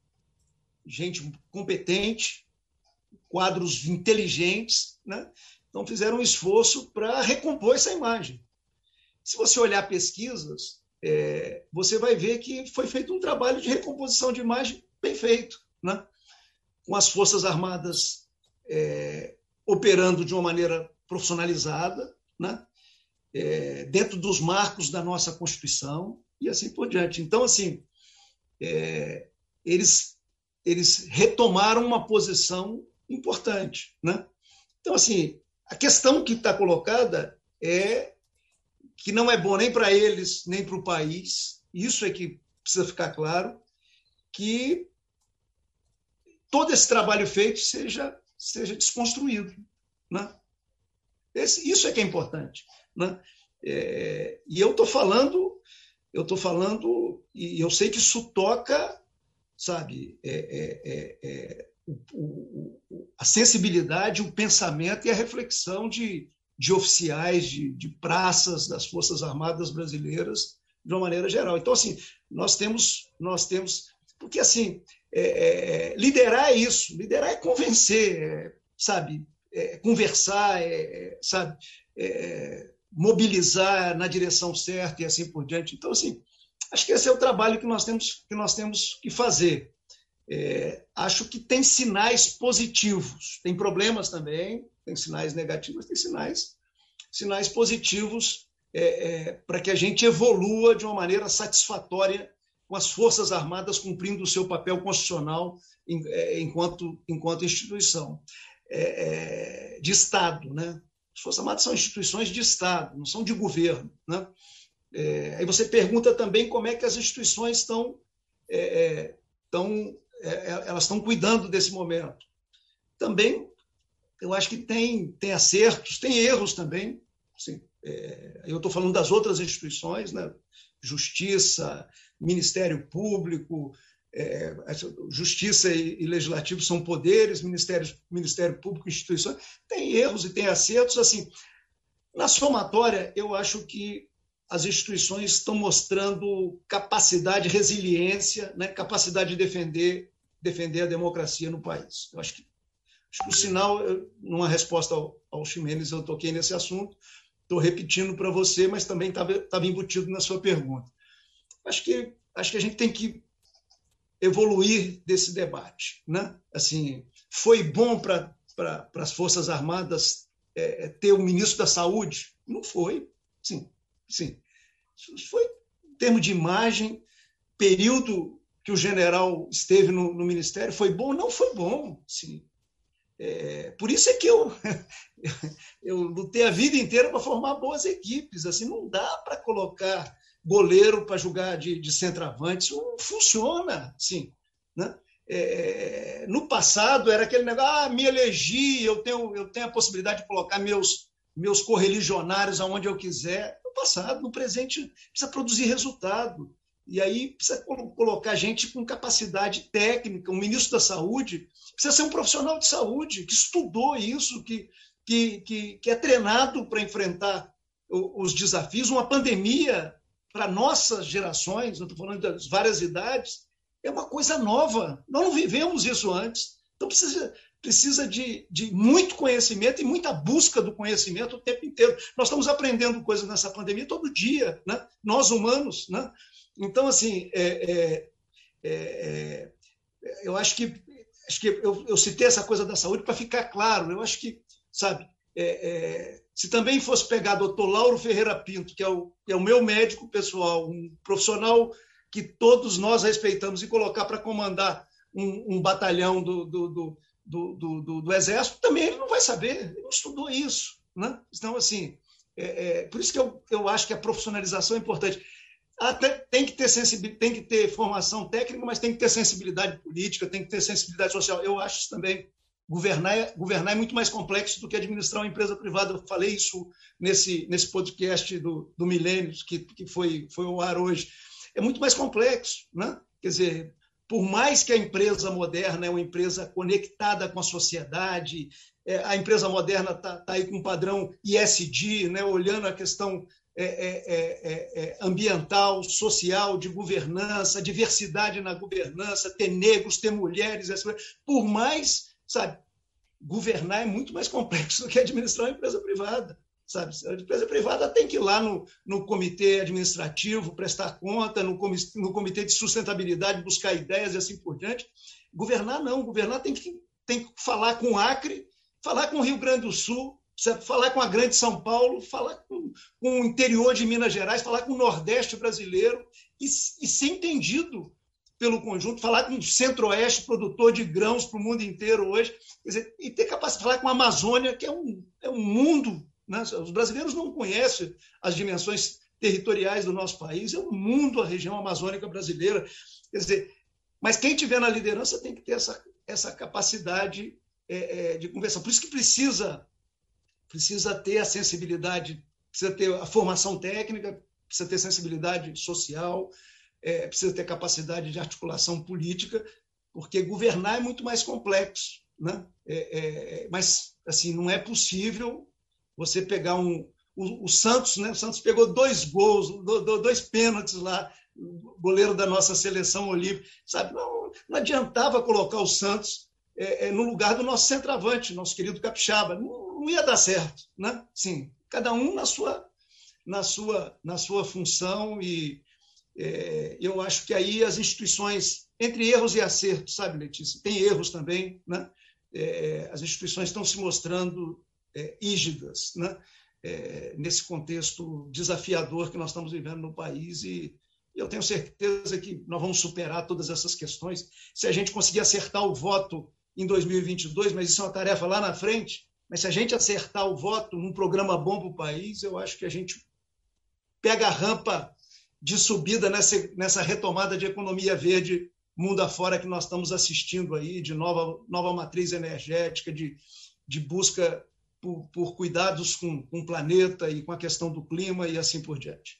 gente competente, quadros inteligentes, né, Então, fizeram um esforço para recompor essa imagem. Se você olhar pesquisas, você vai ver que foi feito um trabalho de recomposição de imagem bem feito, né? Com as Forças Armadas operando de uma maneira profissionalizada, né? Dentro dos marcos da nossa Constituição e assim por diante. Então, assim, eles retomaram uma posição importante, né? Então, assim, a questão que está colocada é que não é bom nem para eles, nem para o país. Isso é que precisa ficar claro, que todo esse trabalho feito seja desconstruído, né? Isso é que é importante, né? E eu estou falando, e eu sei que isso toca, sabe, a sensibilidade, o pensamento e a reflexão de oficiais, de praças das Forças Armadas brasileiras, de uma maneira geral. Então, assim, nós temos porque, assim, liderar é isso, liderar é convencer, sabe, conversar, sabe, mobilizar na direção certa e assim por diante. Então, assim, acho que esse é o trabalho que nós temos que fazer. Acho que tem sinais positivos, tem problemas também, tem sinais negativos, tem sinais positivos para que a gente evolua de uma maneira satisfatória com as Forças Armadas cumprindo o seu papel constitucional enquanto instituição de Estado, né? As Forças Armadas são instituições de Estado, não são de governo, né? Aí você pergunta também como é que as instituições elas estão cuidando desse momento. Também, eu acho que tem acertos, tem erros também. Assim, eu estou falando das outras instituições, né? Justiça, Ministério Público, Justiça e Legislativo são poderes, Ministério Público, instituições. Tem erros e tem acertos. Assim, na somatória, eu acho que as instituições estão mostrando capacidade, resiliência, né? Capacidade de defender a democracia no país. Eu acho que o sinal, numa resposta ao Ximenes, eu toquei nesse assunto, estou repetindo para você, mas também estava embutido na sua pergunta. Acho que a gente tem que evoluir desse debate, né? Assim, foi bom para as Forças Armadas ter o ministro da Saúde? Não foi. Sim. Isso foi em termos de imagem, período que o general esteve no Ministério, foi bom? Não foi bom. Sim. Por isso é que eu lutei a vida inteira para formar boas equipes. Assim, não dá para colocar goleiro para jogar de centroavante, isso não funciona. Assim, né? No passado era aquele negócio, me elegi, eu tenho a possibilidade de colocar meus correligionários aonde eu quiser. No passado, no presente, precisa produzir resultado. E aí precisa colocar gente com capacidade técnica. O ministro da Saúde precisa ser um profissional de saúde, que estudou isso, que é treinado para enfrentar os desafios. Uma pandemia, para nossas gerações, eu estou falando das várias idades, é uma coisa nova. Nós não vivemos isso antes. Então precisa de muito conhecimento e muita busca do conhecimento o tempo inteiro. Nós estamos aprendendo coisas nessa pandemia todo dia, né? Nós humanos, né? Então, assim, eu acho que eu citei essa coisa da saúde para ficar claro. Eu acho que, sabe, se também fosse pegar o doutor Lauro Ferreira Pinto, que é o meu médico pessoal, um profissional que todos nós respeitamos, e colocar para comandar um batalhão do Exército, também ele não vai saber, ele não estudou isso, né? Então, assim, por isso que eu acho que a profissionalização é importante. Até tem que ter formação técnica, mas tem que ter sensibilidade política, tem que ter sensibilidade social. Eu acho isso também. Governar é muito mais complexo do que administrar uma empresa privada. Eu falei isso nesse podcast do Milênios, que foi ao ar hoje. É muito mais complexo, né? Quer dizer, por mais que a empresa moderna é uma empresa conectada com a sociedade, a empresa moderna está aí com um padrão ESG, né? Olhando a questão ambiental, social, de governança, diversidade na governança, ter negros, ter mulheres, por mais, sabe, governar é muito mais complexo do que administrar uma empresa privada, sabe? A empresa privada tem que ir lá no comitê administrativo, prestar conta, no comitê de sustentabilidade, buscar ideias e assim por diante. Governar não, governar tem que falar com o Acre, falar com o Rio Grande do Sul, falar com a Grande São Paulo, falar com o interior de Minas Gerais, falar com o Nordeste brasileiro e ser entendido pelo conjunto, falar com o Centro-Oeste, produtor de grãos para o mundo inteiro hoje, quer dizer, e ter capacidade de falar com a Amazônia, que é um mundo, né? Os brasileiros não conhecem as dimensões territoriais do nosso país, é um mundo a região amazônica brasileira, quer dizer, mas quem estiver na liderança tem que ter essa capacidade de conversar. Por isso que precisa ter a sensibilidade, precisa ter a formação técnica, precisa ter sensibilidade social, precisa ter capacidade de articulação política, porque governar é muito mais complexo, né? Mas assim, não é possível você pegar o Santos, né? O Santos pegou 2 gols, 2 pênaltis lá, o goleiro da nossa seleção olímpica, sabe? Não adiantava colocar o Santos no lugar do nosso centroavante, nosso querido Capixaba. Não ia dar certo, né? Sim, cada um na sua função, e eu acho que aí as instituições, entre erros e acertos, sabe, Letícia? Tem erros também, né? As instituições estão se mostrando rígidas, né? Nesse contexto desafiador que nós estamos vivendo no país, e eu tenho certeza que nós vamos superar todas essas questões se a gente conseguir acertar o voto em 2022, mas isso é uma tarefa lá na frente. Mas se a gente acertar o voto num programa bom para o país, eu acho que a gente pega a rampa de subida nessa retomada de economia verde mundo afora que nós estamos assistindo aí, de nova matriz energética, de busca por cuidados com o planeta e com a questão do clima e assim por diante.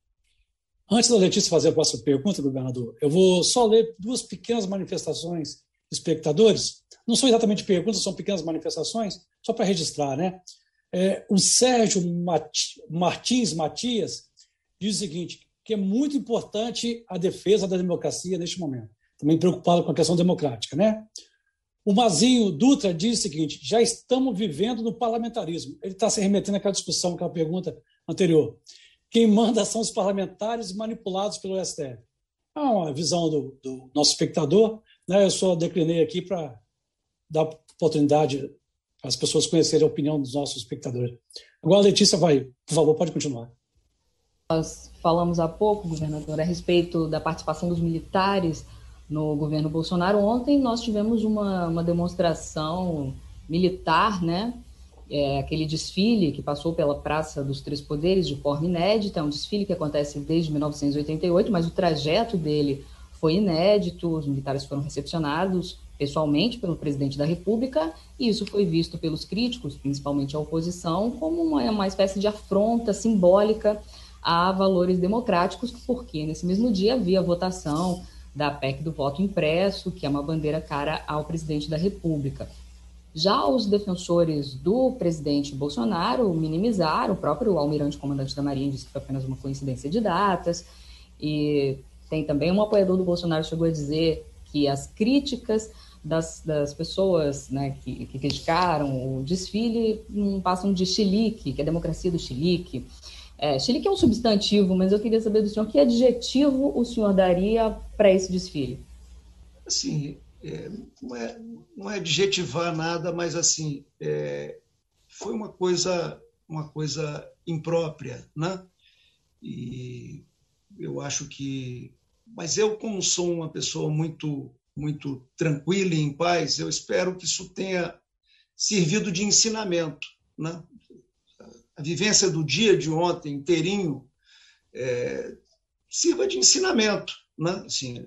Antes da Letícia fazer a próxima pergunta, governador, eu vou só ler 2 pequenas manifestações de espectadores. Não são exatamente perguntas, são pequenas manifestações, só para registrar, né? O Sérgio Martins Matias diz o seguinte, que é muito importante a defesa da democracia neste momento, também preocupado com a questão democrática, né? O Mazinho Dutra diz o seguinte, já estamos vivendo no parlamentarismo. Ele está se remetendo àquela discussão, àquela pergunta anterior. Quem manda são os parlamentares manipulados pelo STF. É uma visão do nosso espectador, né? Eu só declinei aqui para dar oportunidade às pessoas conhecerem a opinião dos nossos espectadores. Agora a Letícia vai, por favor, pode continuar. Nós falamos há pouco, governador, a respeito da participação dos militares no governo Bolsonaro. Ontem nós tivemos uma demonstração militar, né? Aquele desfile que passou pela Praça dos Três Poderes de forma inédita, é um desfile que acontece desde 1988, mas o trajeto dele foi inédito, os militares foram recepcionados pessoalmente pelo presidente da República, e isso foi visto pelos críticos, principalmente a oposição, como uma espécie de afronta simbólica a valores democráticos, porque nesse mesmo dia havia a votação da PEC do voto impresso, que é uma bandeira cara ao presidente da República. Já os defensores do presidente Bolsonaro minimizaram, o próprio almirante comandante da Marinha disse que foi apenas uma coincidência de datas, e tem também um apoiador do Bolsonaro chegou a dizer que as críticas das pessoas, né, que criticaram o desfile não passam de chilique, que é a democracia do chilique. Chilique é um substantivo, mas eu queria saber do senhor que adjetivo o senhor daria para esse desfile? Assim, não é adjetivar nada, mas assim, foi uma coisa imprópria, né? E eu acho que... Mas eu, como sou uma pessoa muito, muito tranquila e em paz, eu espero que isso tenha servido de ensinamento, né? A vivência do dia de ontem inteirinho sirva de ensinamento, né? Assim,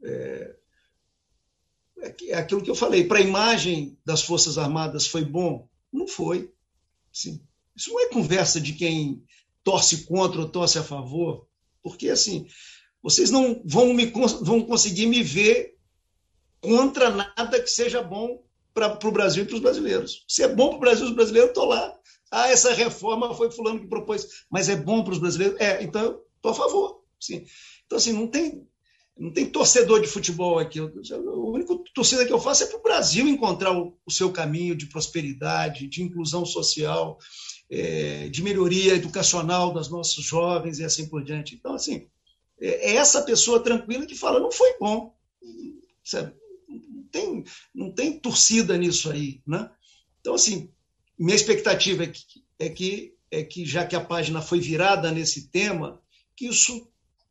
é aquilo que eu falei, para a imagem das Forças Armadas foi bom? Não foi. Assim, isso não é conversa de quem torce contra ou torce a favor, porque assim, vocês não vão conseguir me ver contra nada que seja bom para o Brasil e para os brasileiros. Se é bom para o Brasil e os brasileiros, eu estou lá. Essa reforma foi fulano que propôs, mas é bom para os brasileiros? Então eu estou a favor. Sim. Então, assim, não tem... não tem torcedor de futebol aqui. A única torcida que eu faço é para o Brasil encontrar o seu caminho de prosperidade, de inclusão social, de melhoria educacional dos nossos jovens e assim por diante. Então, assim, é essa pessoa tranquila que fala, não foi bom, sabe? Não tem torcida nisso aí, né? Então, assim, minha expectativa é que, já que a página foi virada nesse tema, que isso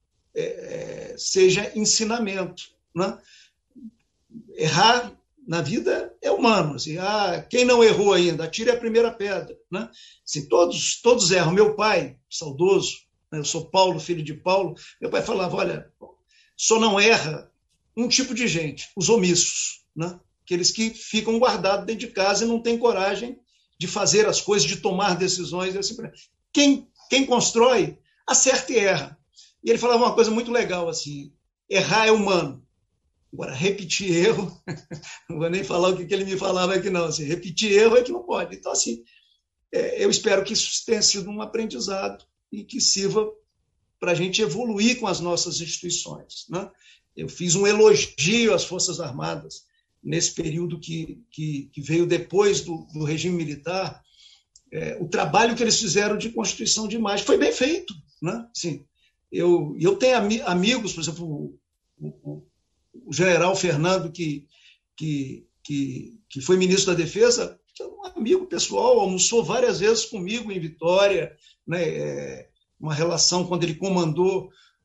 seja ensinamento, né? Errar na vida é humano. Assim, quem não errou ainda, atire a primeira pedra, né? Assim, todos erram. Meu pai, saudoso, né? Eu sou Paulo, filho de Paulo, meu pai falava, olha, só não erra um tipo de gente, os omissos, né? Aqueles que ficam guardados dentro de casa e não têm coragem de fazer as coisas, de tomar decisões. Assim, quem constrói, acerta e erra. E ele falava uma coisa muito legal, assim, errar é humano. Agora, repetir erro, não vou nem falar o que ele me falava aqui, não. Assim, repetir erro é que não pode. Então, assim, eu espero que isso tenha sido um aprendizado e que sirva para a gente evoluir com as nossas instituições, né? Eu fiz um elogio às Forças Armadas nesse período que veio depois do regime militar, o trabalho que eles fizeram de constituição de imagem foi bem feito, né? Assim, eu tenho amigos, por exemplo, o general Fernando, que foi ministro da Defesa, é um amigo pessoal, almoçou várias vezes comigo em Vitória, né? Uma relação quando ele comandou,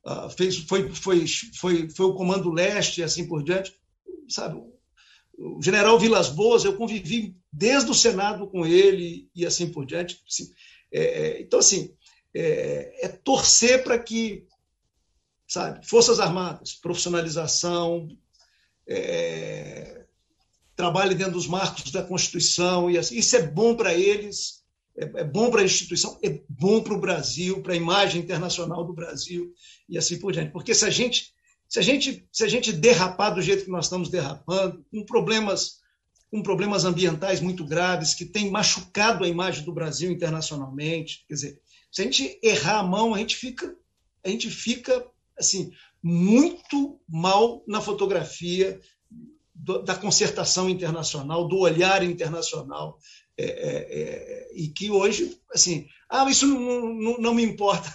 foi o Comando Leste e assim por diante, sabe? O general Vilas Boas, eu convivi desde o Senado com ele e assim por diante. Assim, então, assim, torcer para que, sabe, Forças Armadas, profissionalização, trabalhe dentro dos marcos da Constituição, e assim, isso é bom para eles, é bom para a instituição, é bom para o Brasil, para a imagem internacional do Brasil e assim por diante. Porque se a gente derrapar do jeito que nós estamos derrapando, com problemas ambientais muito graves, que têm machucado a imagem do Brasil internacionalmente, quer dizer, se a gente errar a mão, a gente fica assim, muito mal na fotografia da concertação internacional, do olhar internacional, e que hoje, assim, isso não me importa.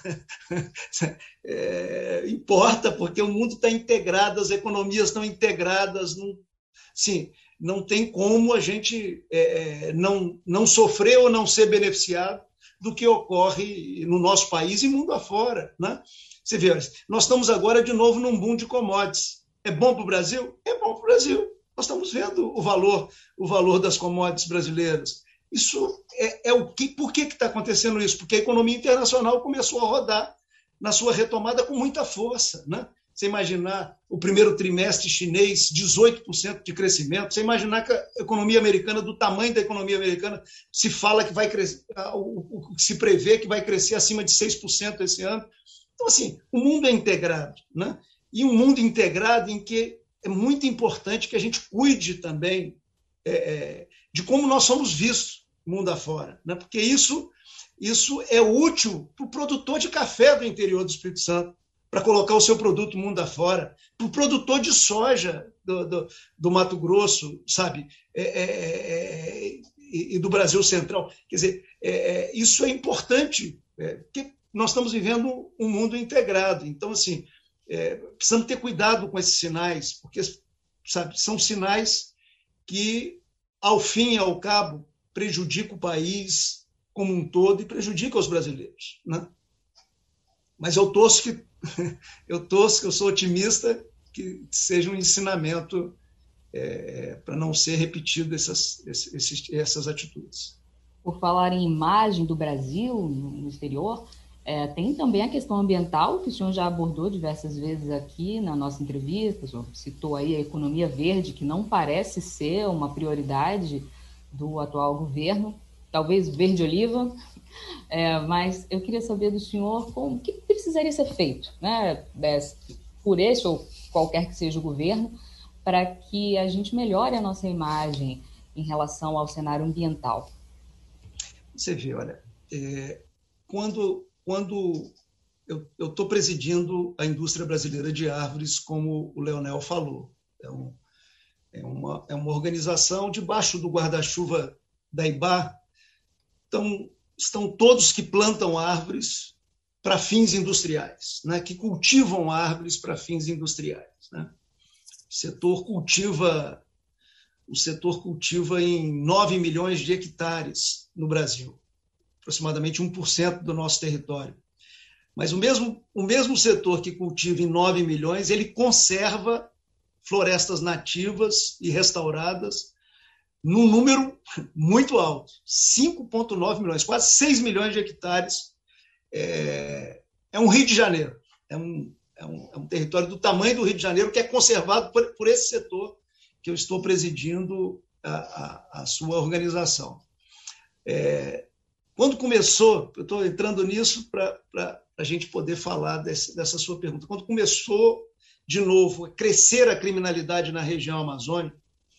Importa, porque o mundo está integrado, as economias estão integradas, não tem como a gente não sofrer ou não ser beneficiado do que ocorre no nosso país e mundo afora, né? Você vê, nós estamos agora de novo num boom de commodities. É bom para o Brasil? É bom para o Brasil. Nós estamos vendo o valor das commodities brasileiras. Isso por que está acontecendo isso? Porque a economia internacional começou a rodar na sua retomada com muita força, né? Você imaginar o primeiro trimestre chinês, 18% de crescimento, você imaginar que a economia americana, do tamanho da economia americana, se fala que vai crescer, se prevê que vai crescer acima de 6% esse ano. Então, assim, o mundo é integrado, né? E um mundo integrado em que é muito importante que a gente cuide também de como nós somos vistos mundo afora, né? Porque isso é útil para o produtor de café do interior do Espírito Santo, para colocar o seu produto mundo afora, para o produtor de soja do Mato Grosso, sabe? E do Brasil Central. Quer dizer, isso é importante, porque nós estamos vivendo um mundo integrado. Então, assim, precisamos ter cuidado com esses sinais, porque, sabe, são sinais que, ao fim e ao cabo, prejudicam o país como um todo e prejudicam os brasileiros, né? Mas eu sou otimista que seja um ensinamento para não ser repetido essas atitudes. Por falar em imagem do Brasil no exterior, tem também a questão ambiental, que o senhor já abordou diversas vezes aqui na nossa entrevista. O senhor citou aí a economia verde, que não parece ser uma prioridade do atual governo, talvez verde-oliva, mas eu queria saber do senhor o que precisaria ser feito, né, por esse ou qualquer que seja o governo, para que a gente melhore a nossa imagem em relação ao cenário ambiental. Você vê, olha, quando eu estou presidindo a indústria brasileira de árvores, como o Leonel falou. É uma organização debaixo do guarda-chuva da IBA. Então, estão todos que plantam árvores para fins industriais, né? Que cultivam árvores para fins industriais, né? O setor cultiva em 9 milhões de hectares no Brasil, aproximadamente 1% do nosso território. Mas o mesmo setor que cultiva em 9 milhões, ele conserva florestas nativas e restauradas num número muito alto, 5,9 milhões, quase 6 milhões de hectares. É um Rio de Janeiro, é um território do tamanho do Rio de Janeiro que é conservado por esse setor que eu estou presidindo a sua organização. Quando começou, eu estou entrando nisso para a gente poder falar dessa sua pergunta, quando começou de novo a crescer a criminalidade na região amazônica,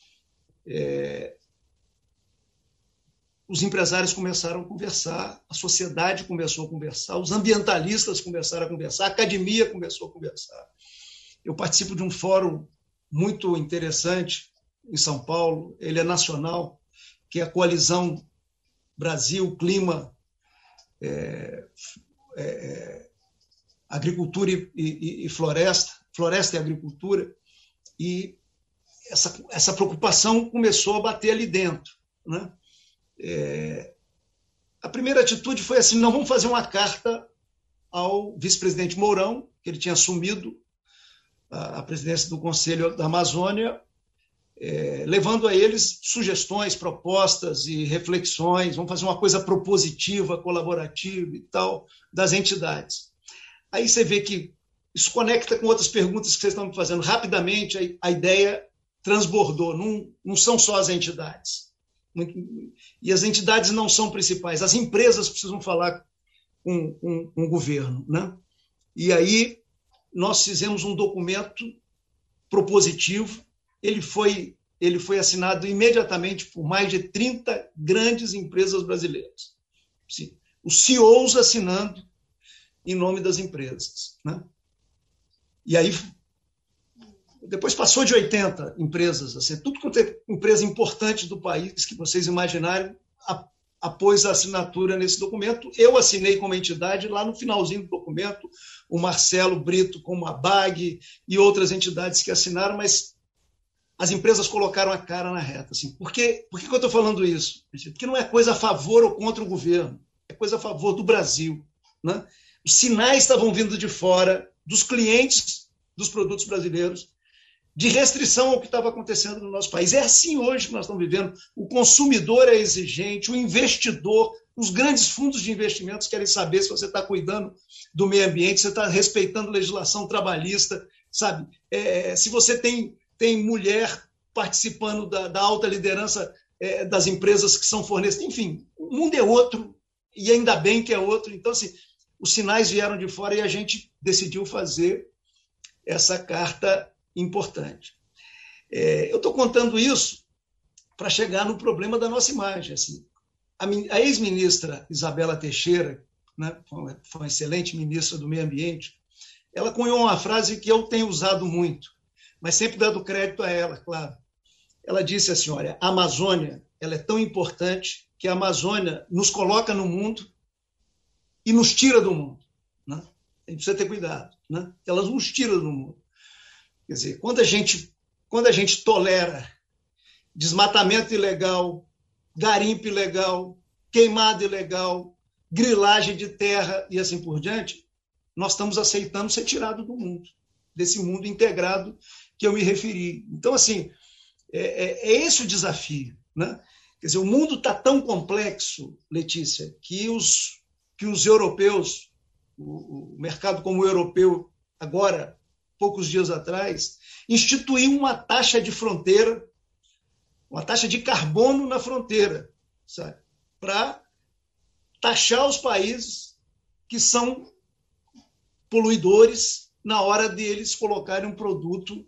os empresários começaram a conversar, a sociedade começou a conversar, os ambientalistas começaram a conversar, a academia começou a conversar. Eu participo de um fórum muito interessante em São Paulo, ele é nacional, que é a Coalizão Brasil, Clima, Agricultura e Floresta, Floresta e Agricultura, e essa preocupação começou a bater ali dentro, né? A primeira atitude foi assim: não vamos fazer uma carta ao vice-presidente Mourão, que ele tinha assumido a presidência do Conselho da Amazônia, levando a eles sugestões, propostas e reflexões, vamos fazer uma coisa propositiva, colaborativa e tal, das entidades. Aí você vê que isso conecta com outras perguntas que vocês estão me fazendo. Rapidamente, a ideia transbordou, não são só as entidades. E as entidades não são principais, as empresas precisam falar com o governo, né? E aí nós fizemos um documento propositivo, ele foi assinado imediatamente por mais de 30 grandes empresas brasileiras. Sim, os CEOs assinando em nome das empresas, né? E aí depois passou de 80 empresas, assim, tudo quanto é empresa importante do país que vocês imaginarem, após a assinatura nesse documento. Eu assinei como entidade, lá no finalzinho do documento, o Marcelo Brito como a BAG e outras entidades que assinaram, mas as empresas colocaram a cara na reta. Assim. Por que eu estou falando isso? Porque não é coisa a favor ou contra o governo, é coisa a favor do Brasil, né? Os sinais estavam vindo de fora, dos clientes dos produtos brasileiros, de restrição ao que estava acontecendo no nosso país. É assim hoje que nós estamos vivendo. O consumidor é exigente, o investidor, os grandes fundos de investimentos querem saber se você está cuidando do meio ambiente, se você está respeitando legislação trabalhista, sabe? Se você tem mulher participando da alta liderança das empresas que são fornecedoras. Enfim, o mundo é outro, e ainda bem que é outro. Então, assim, os sinais vieram de fora e a gente decidiu fazer essa carta importante. Eu estou contando isso para chegar no problema da nossa imagem. Assim, a ex-ministra Isabela Teixeira, né, foi uma excelente ministra do Meio Ambiente, ela cunhou uma frase que eu tenho usado muito, mas sempre dando crédito a ela, claro. Ela disse assim: olha, a Amazônia ela é tão importante que a Amazônia nos coloca no mundo e nos tira do mundo, né? A gente precisa ter cuidado, né? Elas nos tiram do mundo. Quer dizer, quando a gente tolera desmatamento ilegal, garimpo ilegal, queimada ilegal, grilagem de terra e assim por diante, nós estamos aceitando ser tirado do mundo, desse mundo integrado que eu me referi. Então, assim, é esse o desafio, né? Quer dizer, o mundo está tão complexo, Letícia, que os europeus, o mercado como o europeu, agora, poucos dias atrás, instituiu uma taxa de fronteira, uma taxa de carbono na fronteira, sabe? Para taxar os países que são poluidores na hora deles colocarem um produto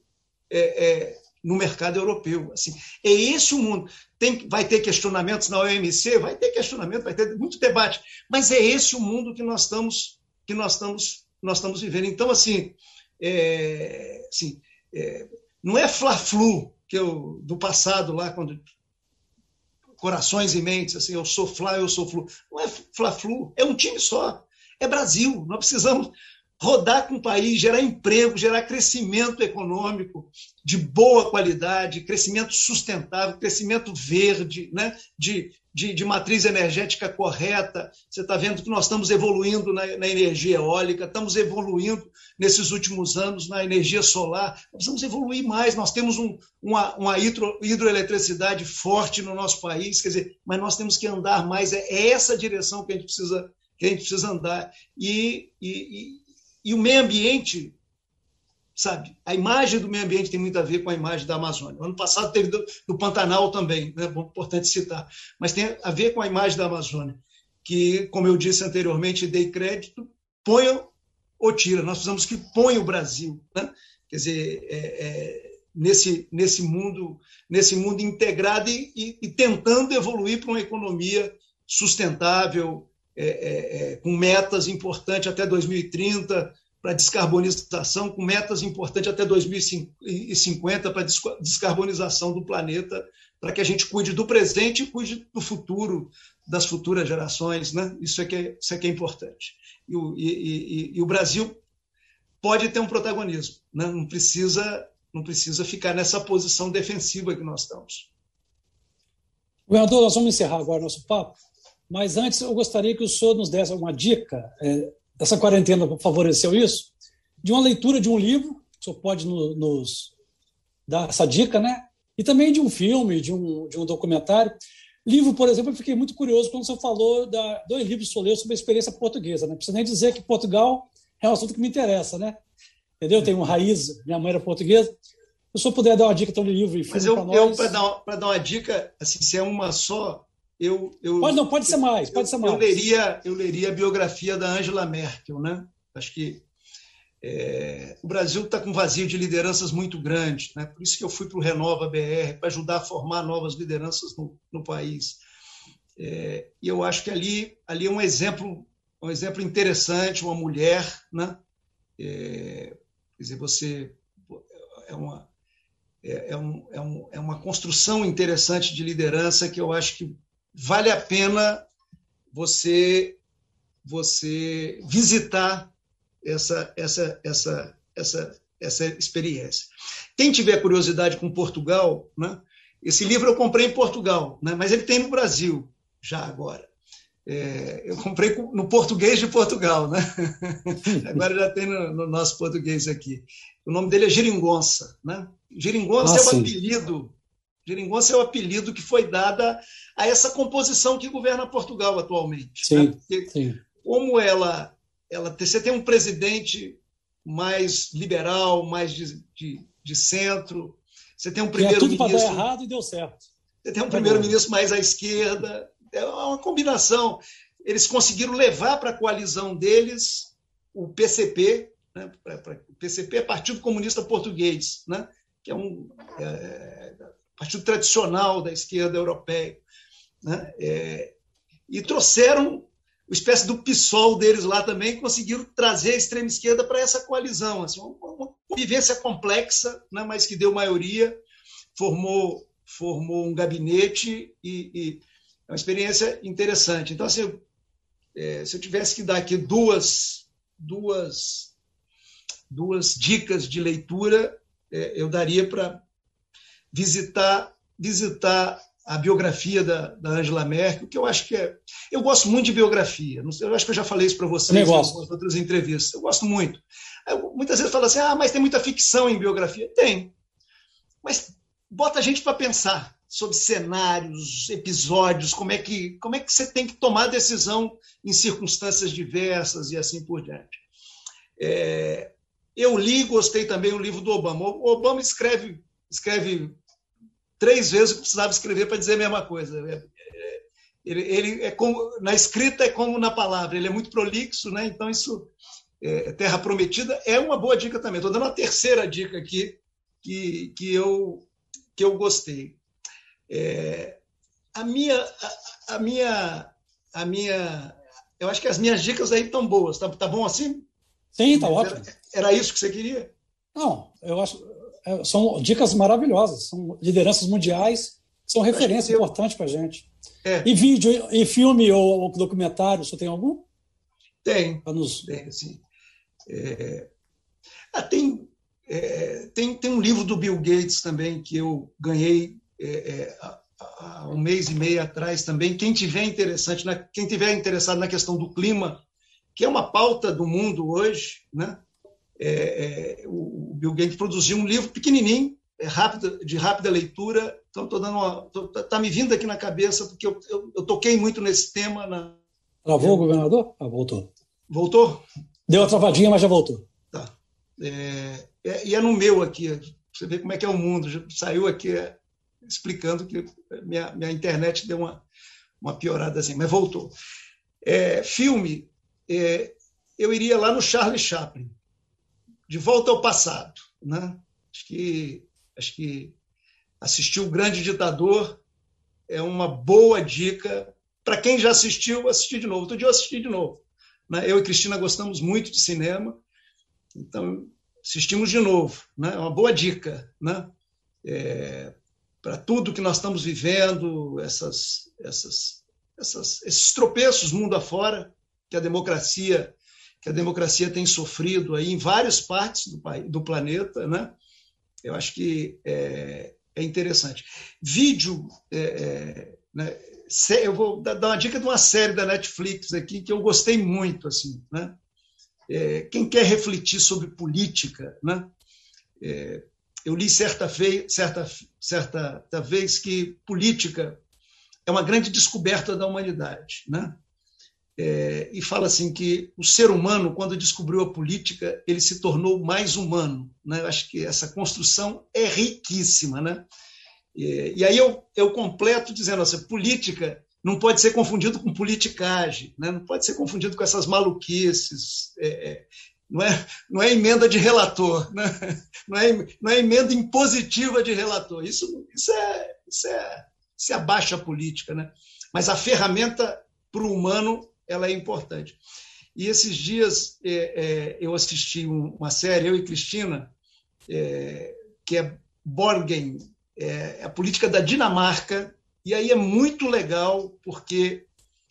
no mercado europeu. Assim, é esse o mundo. Vai ter questionamentos na OMC, vai ter questionamento, vai ter muito debate, mas é esse o mundo que nós estamos nós estamos vivendo. Então, assim, não é fla-flu do passado, lá, quando corações e mentes, assim, eu sou Fla, eu sou Flu. Não é fla-flu, é um time só. É Brasil. Nós precisamos rodar com o país, gerar emprego, gerar crescimento econômico de boa qualidade, crescimento sustentável, crescimento verde, né? de matriz energética correta. Você está vendo que nós estamos evoluindo na energia eólica, estamos evoluindo nesses últimos anos na energia solar. Nós precisamos evoluir mais. Nós temos uma hidroeletricidade forte no nosso país, quer dizer, mas nós temos que andar mais. É essa direção que a gente precisa andar. E o meio ambiente, sabe? A imagem do meio ambiente tem muito a ver com a imagem da Amazônia. Ano passado teve do Pantanal também, né? Importante citar, mas tem a ver com a imagem da Amazônia, que, como eu disse anteriormente, dei crédito, ponha ou tira. Nós precisamos que ponha o Brasil, né? Quer dizer, nesse mundo integrado e tentando evoluir para uma economia sustentável, com metas importantes até 2030 para descarbonização, com metas importantes até 2050 para descarbonização do planeta, para que a gente cuide do presente e cuide do futuro, das futuras gerações, né? Isso é que é importante. E o Brasil pode ter um protagonismo, né? Não precisa ficar nessa posição defensiva que nós estamos. Governador, nós vamos encerrar agora o nosso papo, mas antes eu gostaria que o senhor nos desse alguma dica. Essa quarentena favoreceu isso, de uma leitura de um livro, o senhor pode nos dar essa dica, né? E também de um filme, de um documentário. Livro, por exemplo, eu fiquei muito curioso quando o senhor falou 2 livros que o senhor leu sobre a experiência portuguesa. Não precisa nem dizer que Portugal é um assunto que me interessa, né? Entendeu? Tem uma raiz, minha mãe era portuguesa. Se o senhor puder dar uma dica então, de livro e filme para nós. Para dar uma dica, assim, se é uma só... Pode ser mais. Eu leria a biografia da Angela Merkel, né? Acho que o Brasil está com um vazio de lideranças muito grande, né? Por isso que eu fui para o Renova BR, para ajudar a formar novas lideranças no país. E eu acho que ali é um exemplo interessante, uma mulher, né? Quer dizer, você é uma construção interessante de liderança que eu acho que vale a pena você visitar essa experiência. Quem tiver curiosidade com Portugal, né? Esse livro eu comprei em Portugal, né? Mas ele tem no Brasil já agora. Eu comprei no português de Portugal, né? Agora já tem no nosso português aqui. O nome dele é Geringonça, né? Geringonça é o apelido. Geringonça é o apelido que foi dado a essa composição que governa Portugal atualmente. Sim, né? Porque, sim. Como você tem um presidente mais liberal, mais de centro, você tem um primeiro-ministro... tudo para dar errado e deu certo. Você tem um primeiro-ministro mais à esquerda. É uma combinação. Eles conseguiram levar para a coalizão deles o PCP, né? O PCP é Partido Comunista Português, né? Que é um partido tradicional da esquerda europeia, né? E trouxeram uma espécie do PSOL deles lá também, conseguiram trazer a extrema-esquerda para essa coalizão. Assim, uma convivência complexa, né? Mas que deu maioria, formou um gabinete e é uma experiência interessante. Então, assim, se eu tivesse que dar aqui duas dicas de leitura, eu daria para visitar a biografia da Angela Merkel, que eu acho que eu gosto muito de biografia. Eu acho que eu já falei isso para vocês em algumas outras entrevistas. Eu gosto muito. Muitas vezes fala assim, mas tem muita ficção em biografia. Tem. Mas bota a gente para pensar sobre cenários, episódios, como é que você tem que tomar decisão em circunstâncias diversas e assim por diante. Eu gostei também do livro do Obama. O Obama escreve 3 vezes o que precisava escrever para dizer a mesma coisa. Ele na escrita é como na palavra, ele é muito prolixo, né? Então isso, Terra Prometida, é uma boa dica também. Estou dando a terceira dica aqui que eu gostei. Eu acho que as minhas dicas aí estão boas. Tá bom assim? Sim, está ótimo. Era isso que você queria? Não, eu acho são dicas maravilhosas, são lideranças mundiais, são referência importante para a gente. E vídeo, e filme ou documentário, você tem algum? Tem, sim. Tem um livro do Bill Gates também que eu ganhei há um mês e meio atrás também. Quem tiver interessado na questão do clima, que é uma pauta do mundo hoje, né? O Bill Gates produziu um livro pequenininho, de rápida leitura. Então está me vindo aqui na cabeça porque eu toquei muito nesse tema. Travou, governador? Voltou. Voltou? Deu uma travadinha, mas já voltou. Tá. E é no meu aqui, você vê como é que é o mundo. Já saiu aqui explicando que minha internet deu uma piorada assim, mas voltou. Filme, eu iria lá no Charlie Chaplin, De Volta ao Passado, né? Acho que assistir O Grande Ditador é uma boa dica para quem já assistiu, assistir de novo. Outro dia eu assisti de novo, né? Eu e Cristina gostamos muito de cinema, então assistimos de novo, né? É uma boa dica, né? Para tudo que nós estamos vivendo, esses tropeços mundo afora que a democracia tem sofrido aí em várias partes do planeta, né? Eu acho que é interessante. Vídeo, né? Eu vou dar uma dica de uma série da Netflix aqui que eu gostei muito, assim, né? Quem quer refletir sobre política, né? Eu li certa vez que política é uma grande descoberta da humanidade, né? E fala assim que o ser humano, quando descobriu a política, ele se tornou mais humano, né? Eu acho que essa construção é riquíssima, né? E aí eu completo dizendo assim, política não pode ser confundido com politicagem, né? Não pode ser confundido com essas maluquices, não é emenda de relator, né? Não é emenda impositiva de relator, isso abaixa a política, né? Mas a ferramenta para o humano ela é importante. E esses dias eu assisti uma série, eu e Cristina, que é Borgen, a política da Dinamarca, e aí é muito legal, porque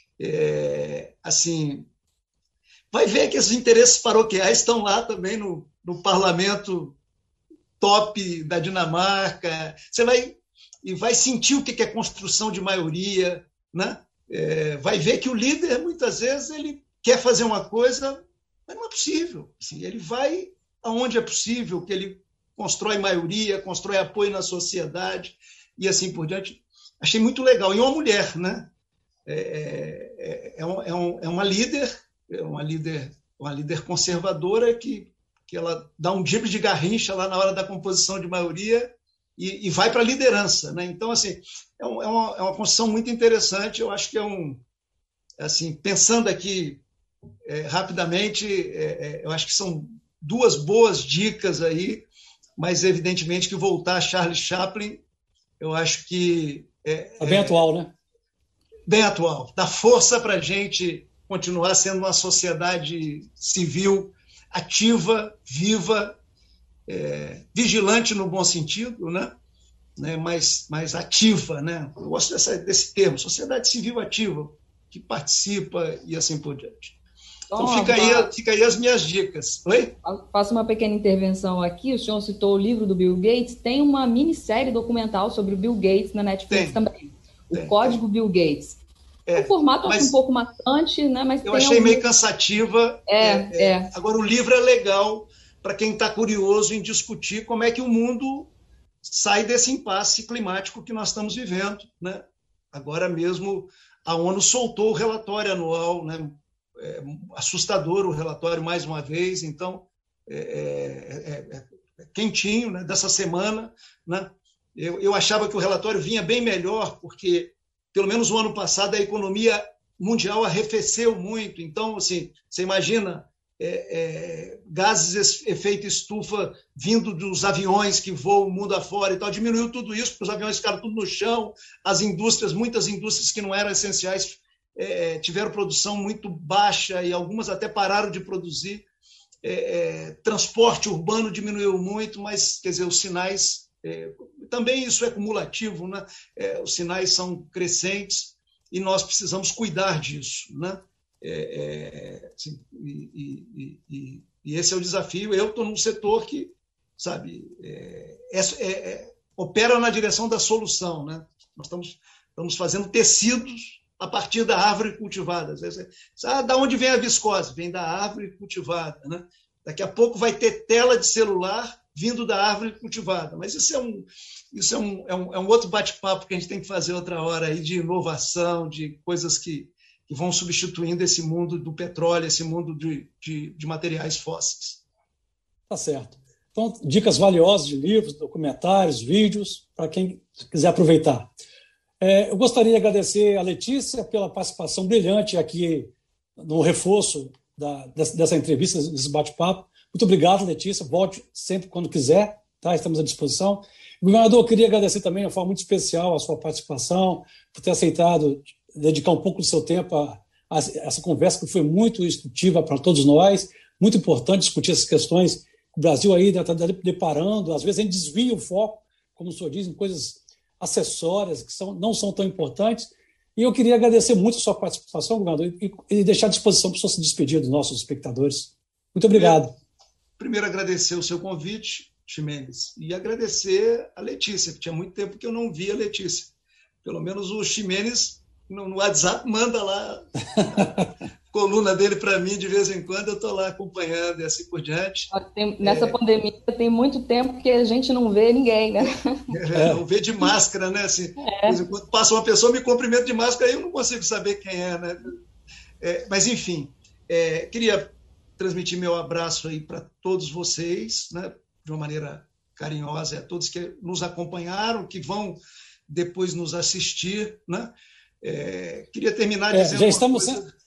assim, vai ver que esses interesses paroquiais estão lá também no parlamento top da Dinamarca, você vai sentir o que é construção de maioria, né? Vai ver que o líder, muitas vezes, ele quer fazer uma coisa, mas não é possível. Assim, ele vai aonde é possível, que ele constrói maioria, constrói apoio na sociedade e assim por diante. Achei muito legal. E uma mulher, né? Uma líder conservadora que ela dá um drible de garrincha lá na hora da composição de maioria e vai para a liderança, né? Então, assim, é uma construção muito interessante. Eu acho que assim, pensando aqui rapidamente, eu acho que são duas boas dicas aí, mas evidentemente que voltar a Charlie Chaplin, eu acho que bem atual, né? Bem atual. Dá força para a gente continuar sendo uma sociedade civil ativa, viva, vigilante no bom sentido, né? Mais ativa, né? Eu gosto desse termo, sociedade civil ativa, que participa e assim por diante. Então, fica aí as minhas dicas. Oi? Faço uma pequena intervenção aqui. O senhor citou o livro do Bill Gates. Tem uma minissérie documental sobre o Bill Gates na Netflix também. O Código Bill Gates. O formato é um pouco maçante, né? Mas eu achei meio cansativa. Agora, o livro é legal para quem está curioso em discutir como é que o mundo sai desse impasse climático que nós estamos vivendo, né? Agora mesmo a ONU soltou o relatório anual, né? Assustador o relatório mais uma vez, então quentinho, né? Dessa semana, né? Eu achava que o relatório vinha bem melhor, porque pelo menos o ano passado a economia mundial arrefeceu muito, então assim, você imagina gases efeito estufa vindo dos aviões que voam o mundo afora e tal, diminuiu tudo isso, porque os aviões ficaram tudo no chão, muitas indústrias que não eram essenciais tiveram produção muito baixa e algumas até pararam de produzir. transporte urbano diminuiu muito, mas, quer dizer, os sinais, também isso é cumulativo, né? Os sinais são crescentes e nós precisamos cuidar disso, né? Assim, e esse é o desafio. Eu estou num setor que, sabe, opera na direção da solução, né? Nós estamos fazendo tecidos a partir da árvore cultivada. Da onde vem a viscose? Vem da árvore cultivada, né? Daqui a pouco vai ter tela de celular vindo da árvore cultivada. Mas isso é um outro bate-papo que a gente tem que fazer outra hora aí, de inovação, de coisas que vão substituindo esse mundo do petróleo, esse mundo de materiais fósseis. Tá certo. Então, dicas valiosas de livros, documentários, vídeos, para quem quiser aproveitar. Eu gostaria de agradecer a Letícia pela participação brilhante aqui no reforço dessa entrevista, desse bate-papo. Muito obrigado, Letícia. Volte sempre quando quiser, tá? Estamos à disposição. Governador, eu queria agradecer também de uma forma muito especial a sua participação, por ter aceitado dedicar um pouco do seu tempo a essa conversa, que foi muito instrutiva para todos nós, muito importante discutir essas questões. O Brasil aí está deparando, às vezes a gente desvia o foco, como o senhor diz, em coisas acessórias que não são tão importantes. E eu queria agradecer muito a sua participação, governador, e deixar à disposição para o senhor se despedir dos nossos espectadores. Muito obrigado. Primeiro, agradecer o seu convite, Ximenes, e agradecer a Letícia, que tinha muito tempo que eu não via a Letícia. Pelo menos o Ximenes, no WhatsApp, manda lá a coluna dele para mim, de vez em quando eu estou lá acompanhando e assim por diante. Nessa pandemia tem muito tempo que a gente não vê ninguém, né? Não vê de máscara, né? Assim, de vez em quando passa uma pessoa, me cumprimenta de máscara, aí eu não consigo saber quem é, né? Mas, enfim, queria transmitir meu abraço aí para todos vocês, né? De uma maneira carinhosa, a todos que nos acompanharam, que vão depois nos assistir, né? Queria terminar dizendo já estamos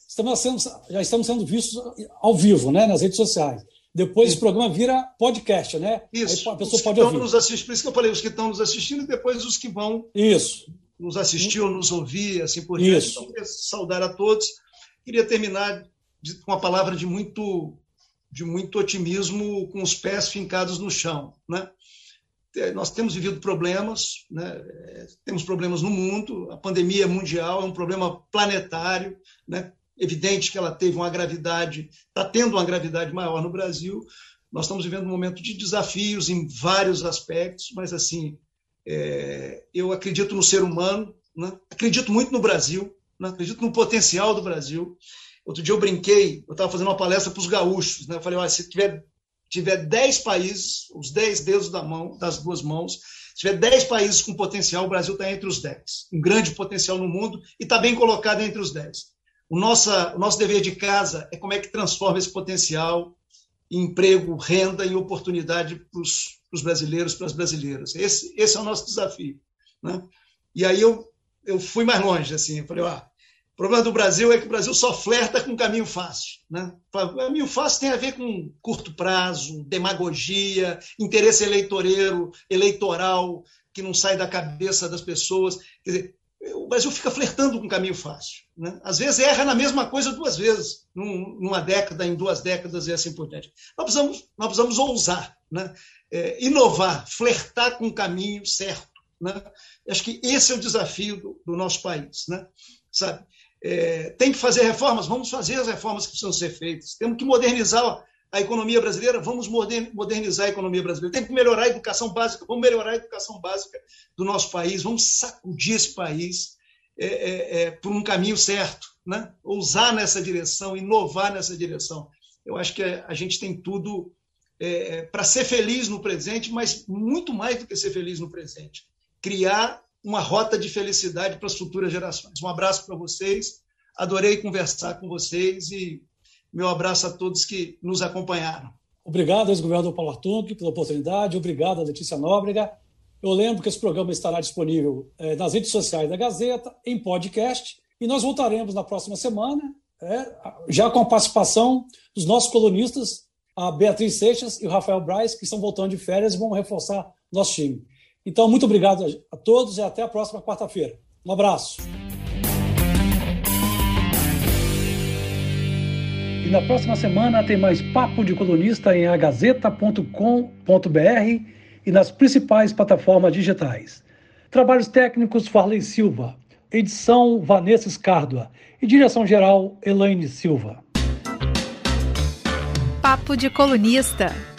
sendo vistos ao vivo, né, nas redes sociais. Depois esse programa vira podcast, né? Isso. Aí a pessoa pode ouvir. Por isso que eu falei, os que estão nos assistindo e depois os que vão nos assistir ou nos ouvir, assim por diante. Então, queria saudar a todos. Queria terminar com uma palavra de muito otimismo, com os pés fincados no chão, né? Nós temos vivido problemas, né? Temos problemas no mundo, a pandemia mundial é um problema planetário, né? Evidente que ela teve uma gravidade, está tendo uma gravidade maior no Brasil. Nós estamos vivendo um momento de desafios em vários aspectos, mas assim, eu acredito no ser humano, né? Acredito muito no Brasil, né? Acredito no potencial do Brasil. Outro dia eu brinquei, eu estava fazendo uma palestra para os gaúchos, né? Eu falei, se tiver 10 países, os 10 dedos das duas mãos, se tiver 10 países com potencial, o Brasil está entre os 10. Um grande potencial no mundo e está bem colocado entre os 10. O nosso dever de casa é como é que transforma esse potencial em emprego, renda e oportunidade para os brasileiros, para as brasileiras. Esse é o nosso desafio, né? E aí eu fui mais longe, assim, eu falei, o problema do Brasil é que o Brasil só flerta com caminho fácil, né? O caminho fácil tem a ver com curto prazo, demagogia, interesse eleitoral que não sai da cabeça das pessoas. Quer dizer, o Brasil fica flertando com caminho fácil, né? Às vezes erra na mesma coisa 2 vezes, numa década, em 2 décadas e assim por diante. Nós precisamos ousar, né? Inovar, flertar com o caminho certo, né? Acho que esse é o desafio do nosso país, né? Sabe? Tem que fazer reformas, vamos fazer as reformas que precisam ser feitas. Temos que modernizar a economia brasileira, vamos modernizar a economia brasileira. Tem que melhorar a educação básica, vamos melhorar a educação básica do nosso país, vamos sacudir esse país por um caminho certo, né? Ousar nessa direção, inovar nessa direção. Eu acho que a gente tem tudo para ser feliz no presente, mas muito mais do que ser feliz no presente. Criar uma rota de felicidade para as futuras gerações. Um abraço para vocês, adorei conversar com vocês e meu abraço a todos que nos acompanharam. Obrigado, ex-governador Paulo Artung, pela oportunidade, obrigado a Letícia Nóbrega. Eu lembro que esse programa estará disponível nas redes sociais da Gazeta, em podcast, e nós voltaremos na próxima semana, já com a participação dos nossos colunistas, a Beatriz Seixas e o Rafael Braz, que estão voltando de férias e vão reforçar nosso time. Então, muito obrigado a todos e até a próxima quarta-feira. Um abraço. E na próxima semana tem mais Papo de Colunista em agazeta.com.br e nas principais plataformas digitais. Trabalhos técnicos Farley Silva, edição Vanessa Escárdua e direção-geral Elaine Silva. Papo de Colunista.